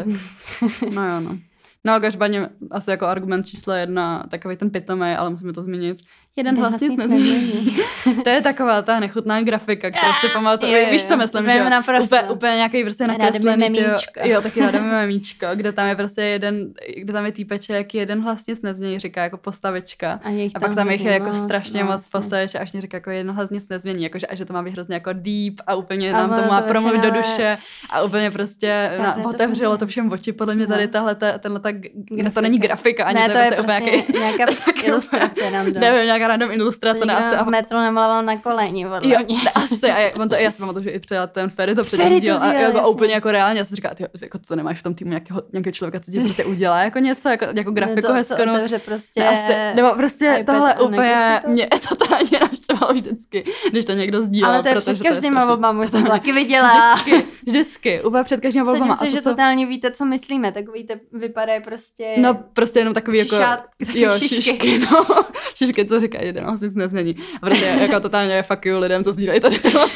No jo, no. No, každopádně asi jako argument číslo jedna, takový ten pitomej, ale musíme to zmínit. Jeden hlas nic nezmění. To je taková ta nechutná grafika, kterou si pamatuju. Je, víš, co myslím, že úplně, úplně nějaký prostě nakreslený. Jo, taky rádáme memíčko, kde tam je prostě jeden, kde tam je týpeček, jeden hlas nic nezmění, říká jako postavička. A, a pak tam jich je jako strašně moc, moc postaviček a až mě říká jako jeden hlas nic nezmění, jakože, a že to má být hrozně jako deep a úplně nám to má promluvit do duše a úplně prostě na, otevřelo to všem oči. Podle mě tady tahle, tenhle ta, to není grafika, ani ne, to je prostě nějaká ilustrace nám do. Nevím, nějaká random ilustrace. To někdo v metru namaloval na koleni, podle mě. Asi, a on to, já si pamatuju, že i třeba ten Ferry to předtím dělal a jako úplně jako reálně, já jsem říkala, ty, jako to nemáš v tom týmu nějakého, nějakého člověka, co ti prostě udělá jako něco, jako, jako grafiku hezkou. Co otevře prostě ne, asi, nebo prostě tohle úplně, to? Mě totálně naštvalo vždycky, když to někdo sdílel. Ale to je před každýma volbama, už jsem to taky viděla. Vždycky, vždycky, úplně před každýma volbama. Myslím si, že totálně víte, co myslíme, tak víte, vypadají prostě... No prostě jenom takový jako... Jo, šišky, no. Šišky, co říkají, jeden asi nic nezmění. A prostě jako totálně fuck you lidem, co sdílejí tady tenhle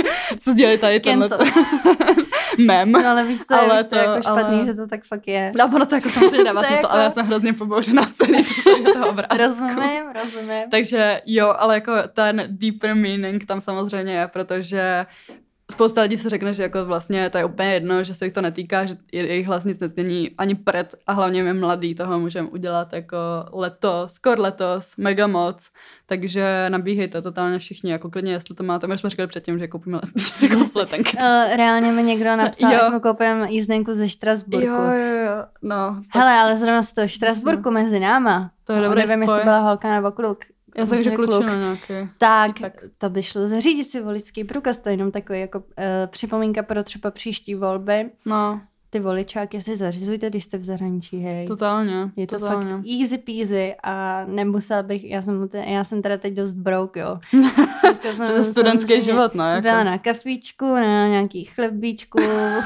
co sdílejí tady tenhle mem. No ale víš co, ale je to, jako špatný, ale... že to tak fakt je. No ono to jako samozřejmě dává smysl, jako... ale já jsem hrozně pobouřená z celý toho obrázku. Rozumím, rozumím. Takže jo, ale jako ten deeper meaning tam samozřejmě je, protože spousta lidí se řekne, že jako vlastně to je úplně jedno, že se jich to netýká, že jejich hlas nic nezmění ani pred a hlavně my mladí toho můžeme udělat jako letos, skoro letos, mega moc, takže nabíhejte totálně všichni, jako klidně, jestli to máte, my jsme říkali předtím, že koupíme letenky. Uh, reálně mi někdo napsal, jak mu koupím jízdenku ze Štrasburku. Jo, jo, jo, no. Hele, ale zrovna z toho Štrasburku mezi náma, to je dobrý nevím, jestli to byla holka nebo kluk. Já jsem že klučina nějaký. Tak, to by šlo zařídit si voličský průkaz, to je jenom takový jako uh, připomínka pro třeba příští volby. No. Ty voličáky si zařizujte, když jste v zahraničí, hej. Totálně. Je to totálně. fakt easy peasy a nemusela bych, já jsem, já jsem teda teď dost broke, jo. Jsem, to je studentský jsem, život, no. Jako. Byla na kafíčku, na nějaký chlebíčku,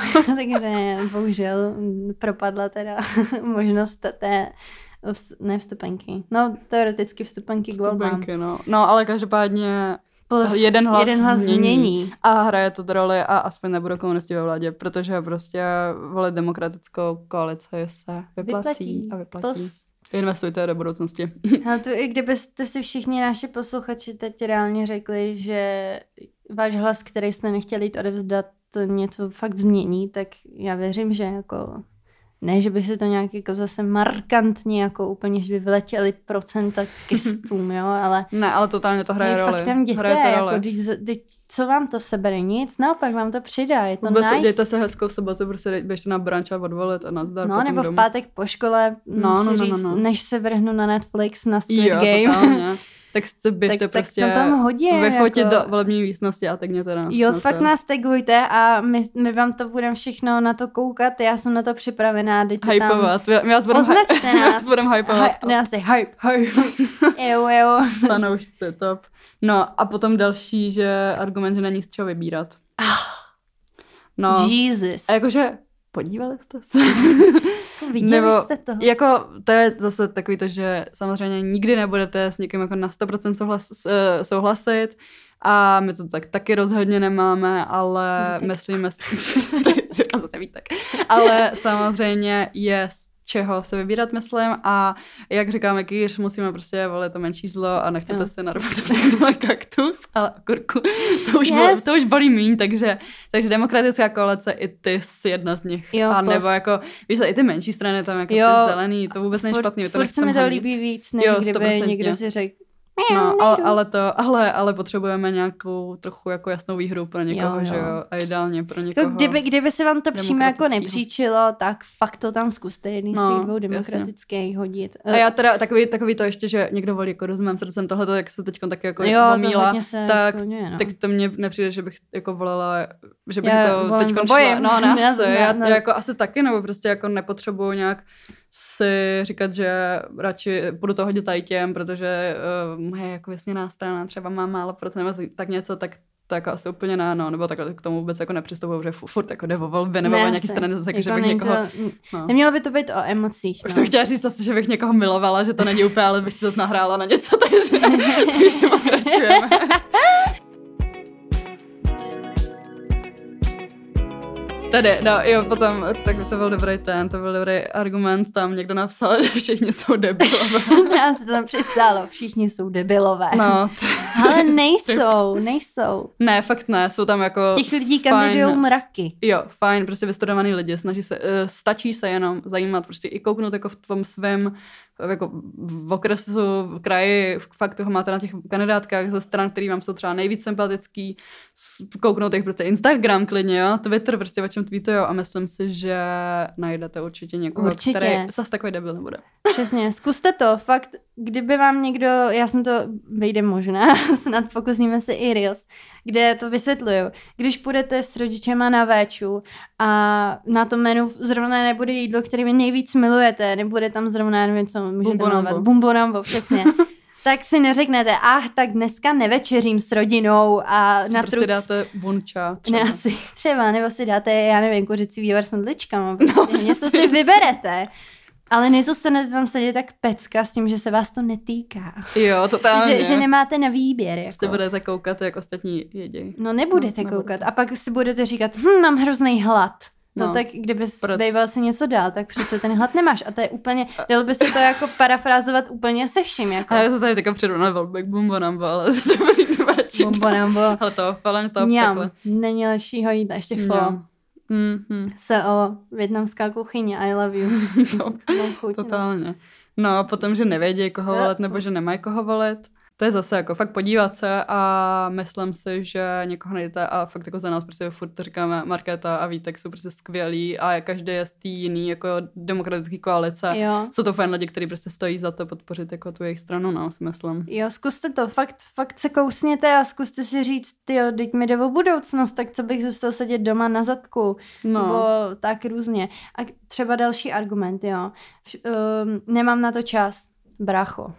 takže bohužel propadla teda možnost té ne vstupenky. No, teoreticky vstupenky k volbám. Vstupenky, no. No, ale každopádně Plus jeden hlas, jeden hlas změní. změní. A hraje to roli a aspoň nebudou komunisti ve vládě, protože prostě volit demokratickou koalici se vyplatí, vyplatí. a vyplatí. Plus... Investujte do budoucnosti. Ale to i kdybyste si všichni naši posluchači teď reálně řekli, že váš hlas, který jste nechtěli jít odevzdat, něco fakt změní, tak já věřím, že jako Ne, že by se to nějak jako zase markantně, jako úplně, že by vyletěly procenta kistům, jo, ale... Ne, ale totálně to hraje roli. Fakt tam jděte, hraje to jako, roli. když, když, co vám to sebere? Nic, naopak vám to přidá, je to Vůbec nice. Dejte se hezkou sobotu, prostě běžte na brunch a odvolit a nazdar No, potom nebo domů. v pátek po škole, no, si no, no, říct, no, no. než se vrhnu na Netflix, na Squid jo, Game. Totálně. Tak se běžte tak, prostě tak to tam hodím, vyfotit jako... do volební místnosti a tagněte nás. Jo, fakt nás tagujte a my, my vám to budeme všechno na to koukat, já jsem na to připravená. Hypovat, my vás budeme označte nás. budem hypovat. Hy, nás je hype, hype. jo, jo. Fanoušci, top. No a potom další, že argument, že není z čeho vybírat. No. Jesus. A jakože podívali jste se? Viděli Nebo, jste to? Jako, to je zase takový to, že samozřejmě nikdy nebudete s někým jako na sto procent souhlas, souhlasit a my to tak taky rozhodně nemáme, ale Vítek. myslíme si, zase Vítek. Ale samozřejmě je z čeho se vybírat, myslím, a jak říkáme Kýř, musíme prostě volit to menší zlo a nechcete no. si narvat kaktus, ale kurku, to už, yes. bolí, to už bolí míň, takže, takže demokratická koalice, i ty jsi jedna z nich. Jo, a nebo jako, víš, i ty menší strany, tam jako jo, ty zelený, to vůbec není špatný, to nechcem mi to hanit. líbí víc, než kdyby někdo si řekl, No, ale, ale to, ale, ale potřebujeme nějakou trochu jako jasnou výhru pro někoho, jo, jo. že jo, a ideálně pro někoho. To, kdyby, kdyby se vám to přímo jako nepříčilo, tak fakt to tam zkuste jedný no, z těch dvou demokratických hodit. A já teda takový, takový to ještě, že někdo volí jako rozumím srdcem tohleto, jak se teď taky jako jo, pomíla, tak, skloňuje, no. tak to mně nepřijde, že bych jako volila, že bych já jako teď šla, no ne, já, asi, já, já, já, já jako asi taky, nebo prostě jako nepotřebuju nějak si říkat, že radši budu to hodit tady těm, protože uh, moje jako vysněná strana třeba má málo procent, nebo tak něco, tak to jako asi úplně ne, no, nebo takhle k tomu vůbec jako nepřistupuju, že furt jako jde o volby, nebo o nějaký strany zase, jako, že bych někoho... To, no. Nemělo by to být o emocích. Už no. jsem chtěla říct asi, že bych někoho milovala, že to není úplně, ale bych ti zase nahrála na něco, takže, takže pokračujeme. Tady, no jo, potom, tak to byl dobrý ten, to byl dobrý argument, tam někdo napsal, že všichni jsou debilové. Já se to tam přistálo, všichni jsou debilové. No. Ale nejsou, nejsou. Ne, fakt ne, jsou tam jako těch lidí kandidujou mraky. Jo, fajn, prostě vystudovaný lidi, snaží se, uh, stačí se jenom zajímat, prostě i kouknout jako v tom svém, jako v okresu, v kraji, fakt toho máte na těch kandidátkách ze stran, který vám jsou třeba nejvíc sympatický, kouknout jich prostě Instagram klidně, jo, Twitter, prostě o čem tweetujou a myslím si, že najdete určitě někoho, určitě. který zase takový debil nebude. Přesně, zkuste to, fakt, kdyby vám někdo, já jsem to, vejde možná, snad pokusíme se i Reels, kde to vysvětluju. Když půjdete s rodičema na véču a na tom menu zrovna nebude jídlo, které vy nejvíc milujete, nebude tam zrovna, nevím co, můžete milovat, Bumbo přesně. Tak si neřeknete, ach, tak dneska nevečeřím s rodinou a si na prostě truc... dáte bunča. Třeba. Ne, asi třeba, nebo si dáte, já nevím, kuřecí vývar s nudličkama, prostě no, něco si vyberete. Ale nezůstanete tam sedět tak pecka s tím, že se vás to netýká. Jo, totálně. Že, že nemáte na výběr. Jako. Prostě budete koukat, jak ostatní jedí. No nebudete no, koukat. Nebudete. A pak si budete říkat, hm, mám hrozný hlad. No, no tak kdyby zbýval si něco dál, tak přece ten hlad nemáš. A to je úplně, dalo by se to jako parafrázovat úplně se vším. Jako. A já se tady teďka přijdu na volbek Bumbonambo, ale to bude dvačit. Bumbonambo. Ale to, ale to takhle. Není lepšího jídla, ještě flo. Mm-hmm. S O, vietnamská kuchyně, I love you. To, chuť, totálně. No. no a potom, že nevědí, koho volit, nebo že nemají koho volit. To je zase jako fakt podívat se a myslím si, že někoho najdete a fakt jako za nás prostě furt to říkáme, Markéta a Vítek jsou prostě skvělí a každý je z té jiný jako demokratické koalice. Jo. Jsou to fajn lidi, kteří prostě stojí za to podpořit jako tu jejich stranu, no, si myslím. Jo, zkuste to, fakt, fakt se kousněte a zkuste si říct, tyjo, teď mi jde o budoucnost, tak co bych zůstal sedět doma na zadku, no. Nebo tak různě. A třeba další argument, jo, um, nemám na to čas. Brácho.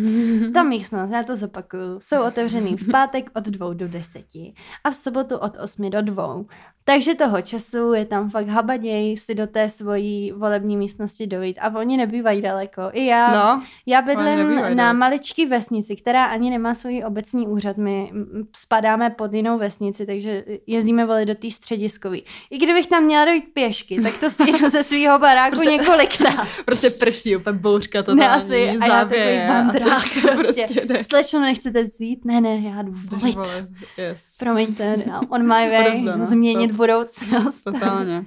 Ta místnost, já to zopakuju, jsou otevřený v pátek od dvou do deseti a v sobotu od osmi do dvou. Takže toho času je tam fakt habaděj si do té svojí volební místnosti dojít a oni nebývají daleko. I já, no, já bydlím na maličký vesnici, která ani nemá svůj obecní úřad. My spadáme pod jinou vesnici, takže jezdíme volit do té střediskový. I kdybych tam měla dojít pěšky, tak to stihnu ze svýho baráku prostě, několikrát. Prostě prší, úplně bouřka totální, ne, asi, a já takový vandrák prostě. prostě Slečno, nechcete vzít? Ne, ne, já jdu volit. Yes. Promiňte, on my way, změnit budoucnost. Totálně.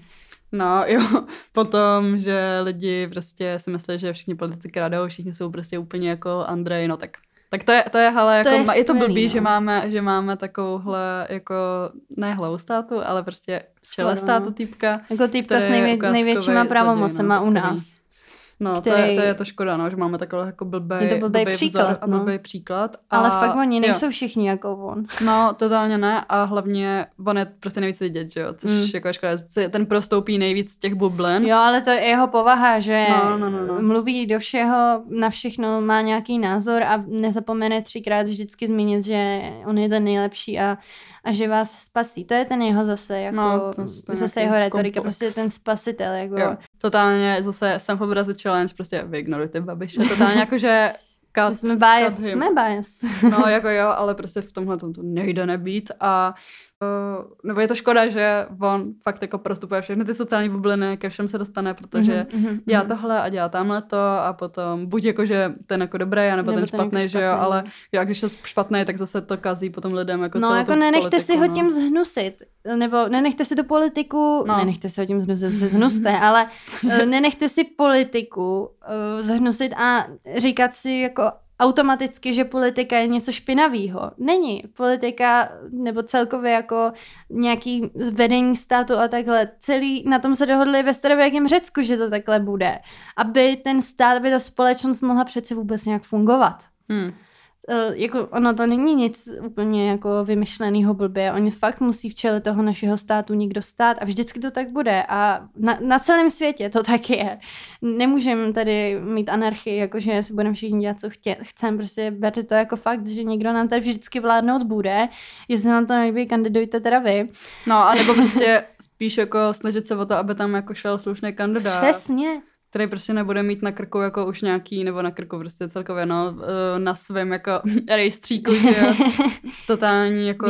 No jo, potom, že lidi prostě si myslí, že všichni politici kradou, všichni jsou prostě úplně jako Andrej, no tak tak to je, to je hele, jako, to je, skvělý, je to blbý, no. že, máme, že máme takovouhle, jako, ne hlavu státu, ale prostě v čele státu týpka. Jako týpka s nejvě, největšíma pravomocema u nás. No, který... to, je, to je to škoda, no, že máme takový jako blbej, to blbej, blbej příklad, vzor a blbej no. příklad. A... Ale fakt oni nejsou jo. všichni jako on. No, totálně ne a hlavně on je prostě nejvíc vidět, že jo, což mm. jako je škoda. Ten prostoupí nejvíc těch bublin. Jo, ale to je jeho povaha, že no, no, no, no. mluví do všeho, na všechno má nějaký názor a nezapomene třikrát vždycky zmínit, že on je ten nejlepší a, a že vás spasí. To je ten jeho zase, jako no, to zase jeho retorika, komplex. Prostě ten spasitel, jako. Jo. Totálně zase jsem v obraze challenge, prostě vyignorujte Babiše, totálně jakože cut, jsme biased, jsme biased. No jako jo, ale prostě v tomhle tom to nejde nebýt a uh, nebo je to škoda, že on fakt jako prostupuje všechny ty sociální bubliny, ke všem se dostane, protože mm-hmm, dělá tohle a dělá tamhleto a potom buď jako, že ten jako dobrý, anebo nebo ten, ten špatný, že jo, ale jak když je špatný, tak zase to kazí potom lidem jako no, celou jako tu nenechte politiku, si ho no. tím zhnusit, nebo nenechte si tu politiku, no. nenechte si ho tím zhnusit, se zhnuste, ale nenechte si politiku uh, zhnusit a říkat si jako automaticky, že politika je něco špinavého. Není. Politika nebo celkově jako nějaký vedení státu a takhle. Celý, na tom se dohodli ve starověkém Řecku, že to takhle bude. Aby ten stát, aby ta společnost mohla přece vůbec nějak fungovat. Hmm. Uh, jako ono to není nic úplně jako vymyšlenýho blbě. Oni fakt musí v čele toho našeho státu někdo stát a vždycky to tak bude. A na, na celém světě to tak je. Nemůžeme tady mít anarchii, jakože si budeme všichni dělat, co chtě, chceme. Prostě berte to jako fakt, že někdo nám tady vždycky vládnout bude. Jestli nám to nelíbí, kandidujte teda vy. No a nebo prostě spíš jako snažit se o to, aby tam jako šel slušný kandidát. Přesně. Který prostě nebude mít na krku jako už nějaký, nebo na krku prostě celkově, no, na svém jako rejstříku, že jo, totální jako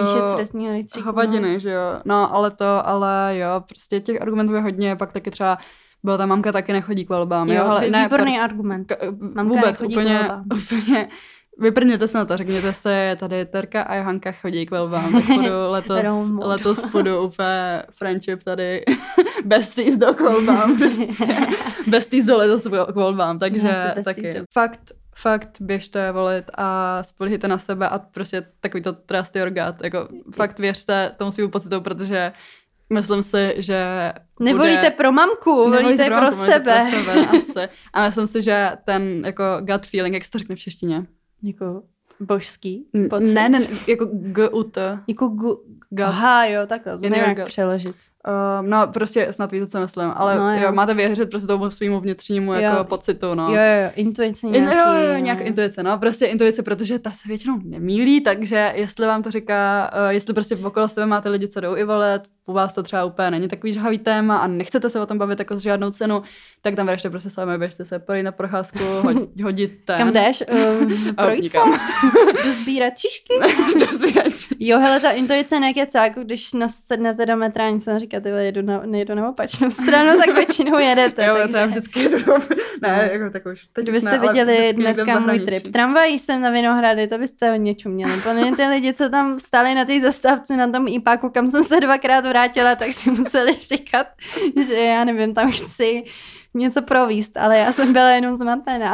hovadiny, no. že jo, no, ale to, ale jo, prostě těch argumentů je hodně, pak taky třeba byla ta mamka taky nechodí k volbám, jo, jo ale ne, výborný part, argument, k, mamka vůbec, nechodí úplně, k volbám. úplně, vyprněte se na to, řekněte se, tady Terka a Johanka chodí k volbám, tak půjdu letos, letos půjdu úplně friendship tady, besties do k volbám, prostě, besties do letos k volbám, takže taky do. fakt, fakt běžte volit a spolíhejte na sebe a prostě takový to trust your gut, jako fakt věřte tomu svým pocitu, protože myslím si, že bude... Nevolíte pro mamku, volíte pro, pro sebe. Pro sebe asi. A myslím si, že ten jako gut feeling, jak se to řekne v češtině? Jako božský pocit? Ne, ne, jako gut. Jako gu... gut. Aha, jo, takhle, to nevím, jak přeložit. Um, no, prostě snad víte, co myslím, ale no, jo. Jo, máte věřit prostě tomu svýmu vnitřnímu jako jo. pocitu, no. Jo, jo, intuice nějaký. In, jo, jo, nějaká intuice, no, prostě intuice, protože ta se většinou nemýlí, takže jestli vám to říká, uh, jestli prostě okolo sebe máte lidi, co jdou i volit, u vás to třeba úplně není takový žhavý téma a nechcete se o tom bavit jako s žádnou cenu, tak tam běžte prostě sami, běžte se, pojď na procházku, hodit, hodit ten. Kam jdeš? Uh, projít se? Dozbírat čišky? Dozbírat čišky. Jo, hele, ta intuice nekecá, jako když nasednete do metra a nic se říká, ty jedu na, nejedu na opačnou stranu, tak většinou jedete. Jo, takže... to já vždycky jedu, ne, no. jako tak už. Teď Kdybyste ne, viděli dneska můj trip. Tramvají jsem na Vinohrady, to byste hodně čuměli. Plně ty lidi, co tam stáli na té zastávce, na tom ípáku, kam jsem se dvakrát vrátila, tak si museli říkat, že já nevím, tam chci něco províst, ale já jsem byla jenom zmatená.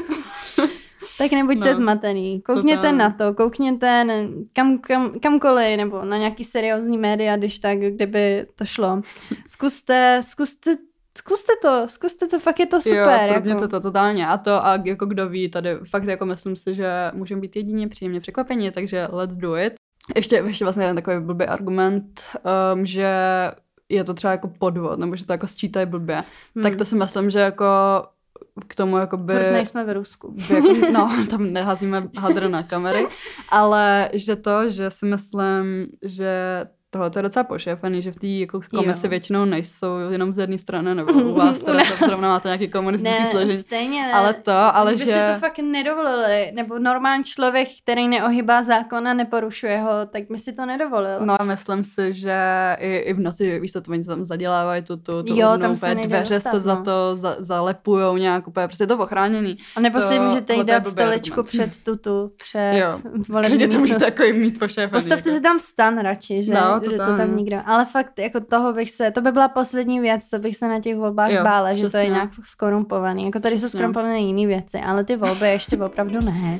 Tak nebuďte no, zmatený. Koukněte total. na to, koukněte kam, kam, kamkoliv, nebo na nějaký seriózní média, když tak, kdyby to šlo. Zkuste, zkuste, zkuste to, zkuste to, fakt je to super. Jo, jako. to to totálně. A to, a jako kdo ví, tady fakt jako myslím si, že můžeme být jedině příjemně překvapení, takže let's do it. Ještě, ještě vlastně jeden takový blbý argument, um, že je to třeba jako podvod, nebo že to jako sčítají blbě. Hmm. Tak to si myslím, že jako k tomu jakoby... Furt nejsme v Rusku. Jako, no, tam neházíme hadr na kamery, ale že to, že si myslím, že tohle to je docela pošéfaný, že v té jako komisi jo. většinou nejsou jenom z jedné strany, nebo u vás teda to zrovna máte nějaký komunistický složení. Stejně ne. Ale to, ale Kdyby že... si to fakt nedovolili, nebo normální člověk, který neohýbá zákon a neporušuje ho, tak by si to nedovolil. No a myslím si, že i, i v noci, víš co, to oni tam zadělávají tu, tu, tu jo, obnou, tam se dveře dostat, se za no. to za, zalepujou nějak úplně, prostě je to ochráněný. A nebo to, si můžete jít dát stoličku před tutu, před volební místnost. To můžete takový mít pošéfaný. Postavte si tam stan radši, že? No, to tam nikdo. Ale fakt, jako toho bych se, to by byla poslední věc, co bych se na těch volbách jo, bála, přesně. Že to je nějak skorumpovaný. Jako tady přesně. Jsou skorumpované jiné věci, ale ty volby ještě opravdu ne.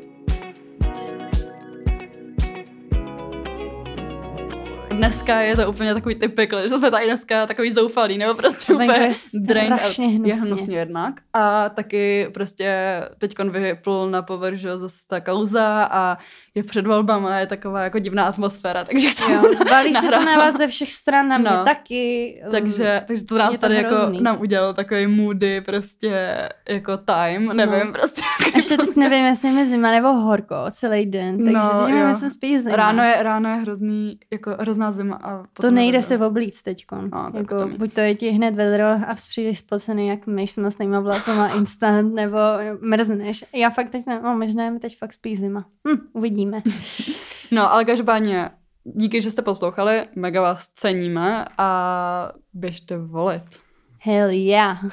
Dneska je to úplně takový typikl, že jsme tady dneska takový zoufalý, nebo prostě úplně drained. Je hnusně jednak. A taky prostě teďkon vypl na povrch, že zase ta kauza a je před volbama, je taková jako divná atmosféra, takže chci valí se to na vás ze všech stran, na mě no. taky. Takže, takže to nás to tady hrozný. Jako nám udělalo takový moody prostě jako time, nevím no. prostě. Ještě teď nevím, jestli mi zima nebo horko celý den, takže no, teď mi myslím spíš zima. Ráno je, ráno je hrozný, jako hrozná zima. A to nejde se oblíct teďkon. No, jako, to buď to je ti hned vedro a přijdeš spocený jak myš s mastnýma vlasama instant, nebo mrzneš. Já fakt teď ne, no, možná mi teď fakt spíš zima. Hm, uvidíme. No, ale každopádně díky, že jste poslouchali, mega vás ceníme a běžte volit. Hell yeah.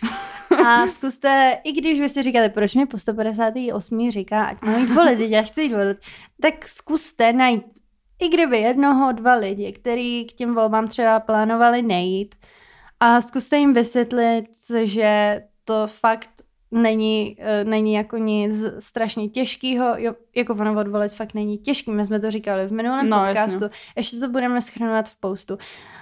A zkuste, i když vy si říkáte, proč mi po sto padesát osm říká, ať mám jít volit, já chci jít volit, tak zkuste najít i kdyby jednoho, dva lidi, který k těm volbám třeba plánovali nejít a zkuste jim vysvětlit, že to fakt není, není jako nic strašně těžkýho, jo, jako ono odvolit fakt není těžký, my jsme to říkali v minulém no, podcastu, jasně. Ještě to budeme schrnovat v postu.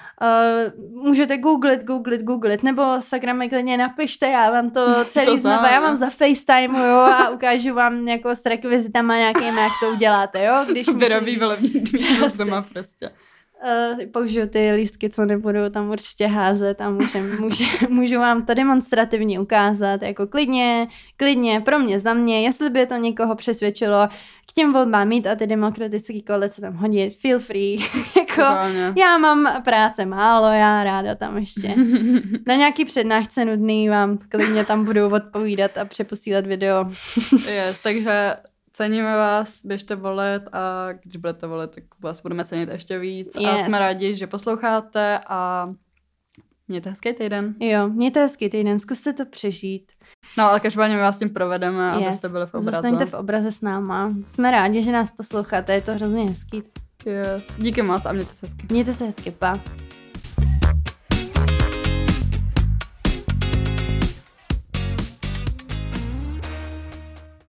Uh, můžete googlit, googlit, googlit, nebo sakra mi klidně napište, já vám to celý to znova, já vám za FaceTime, jo, a ukážu vám jako s rekvizitama nějakými, jak to uděláte, jo, když vyrobí volební místnost doma prostě. Uh, použiju ty lístky, co nebudu tam určitě házet a můžem, může, můžu vám to demonstrativně ukázat, jako klidně, klidně, pro mě, za mě, jestli by to někoho přesvědčilo k těm volbám mít a ty demokratický koalice tam hodit, feel free, jako Právě. Já mám práce málo, já ráda tam ještě na nějaký přednášce nudný vám klidně tam budu odpovídat a přeposílat video. Yes, takže ceníme vás, běžte volit a když budete volit, tak vás budeme cenit ještě víc. Yes. A jsme rádi, že posloucháte a mějte hezký týden. Jo, mějte hezký týden, zkuste to přežít. No, ale každopádně my vás tím provedeme, yes. abyste byli v obraze. Zůstaňte v obraze s náma. Jsme rádi, že nás posloucháte, je to hrozně hezký. Yes. Díky moc a mějte se hezky. Mějte se hezky, pa.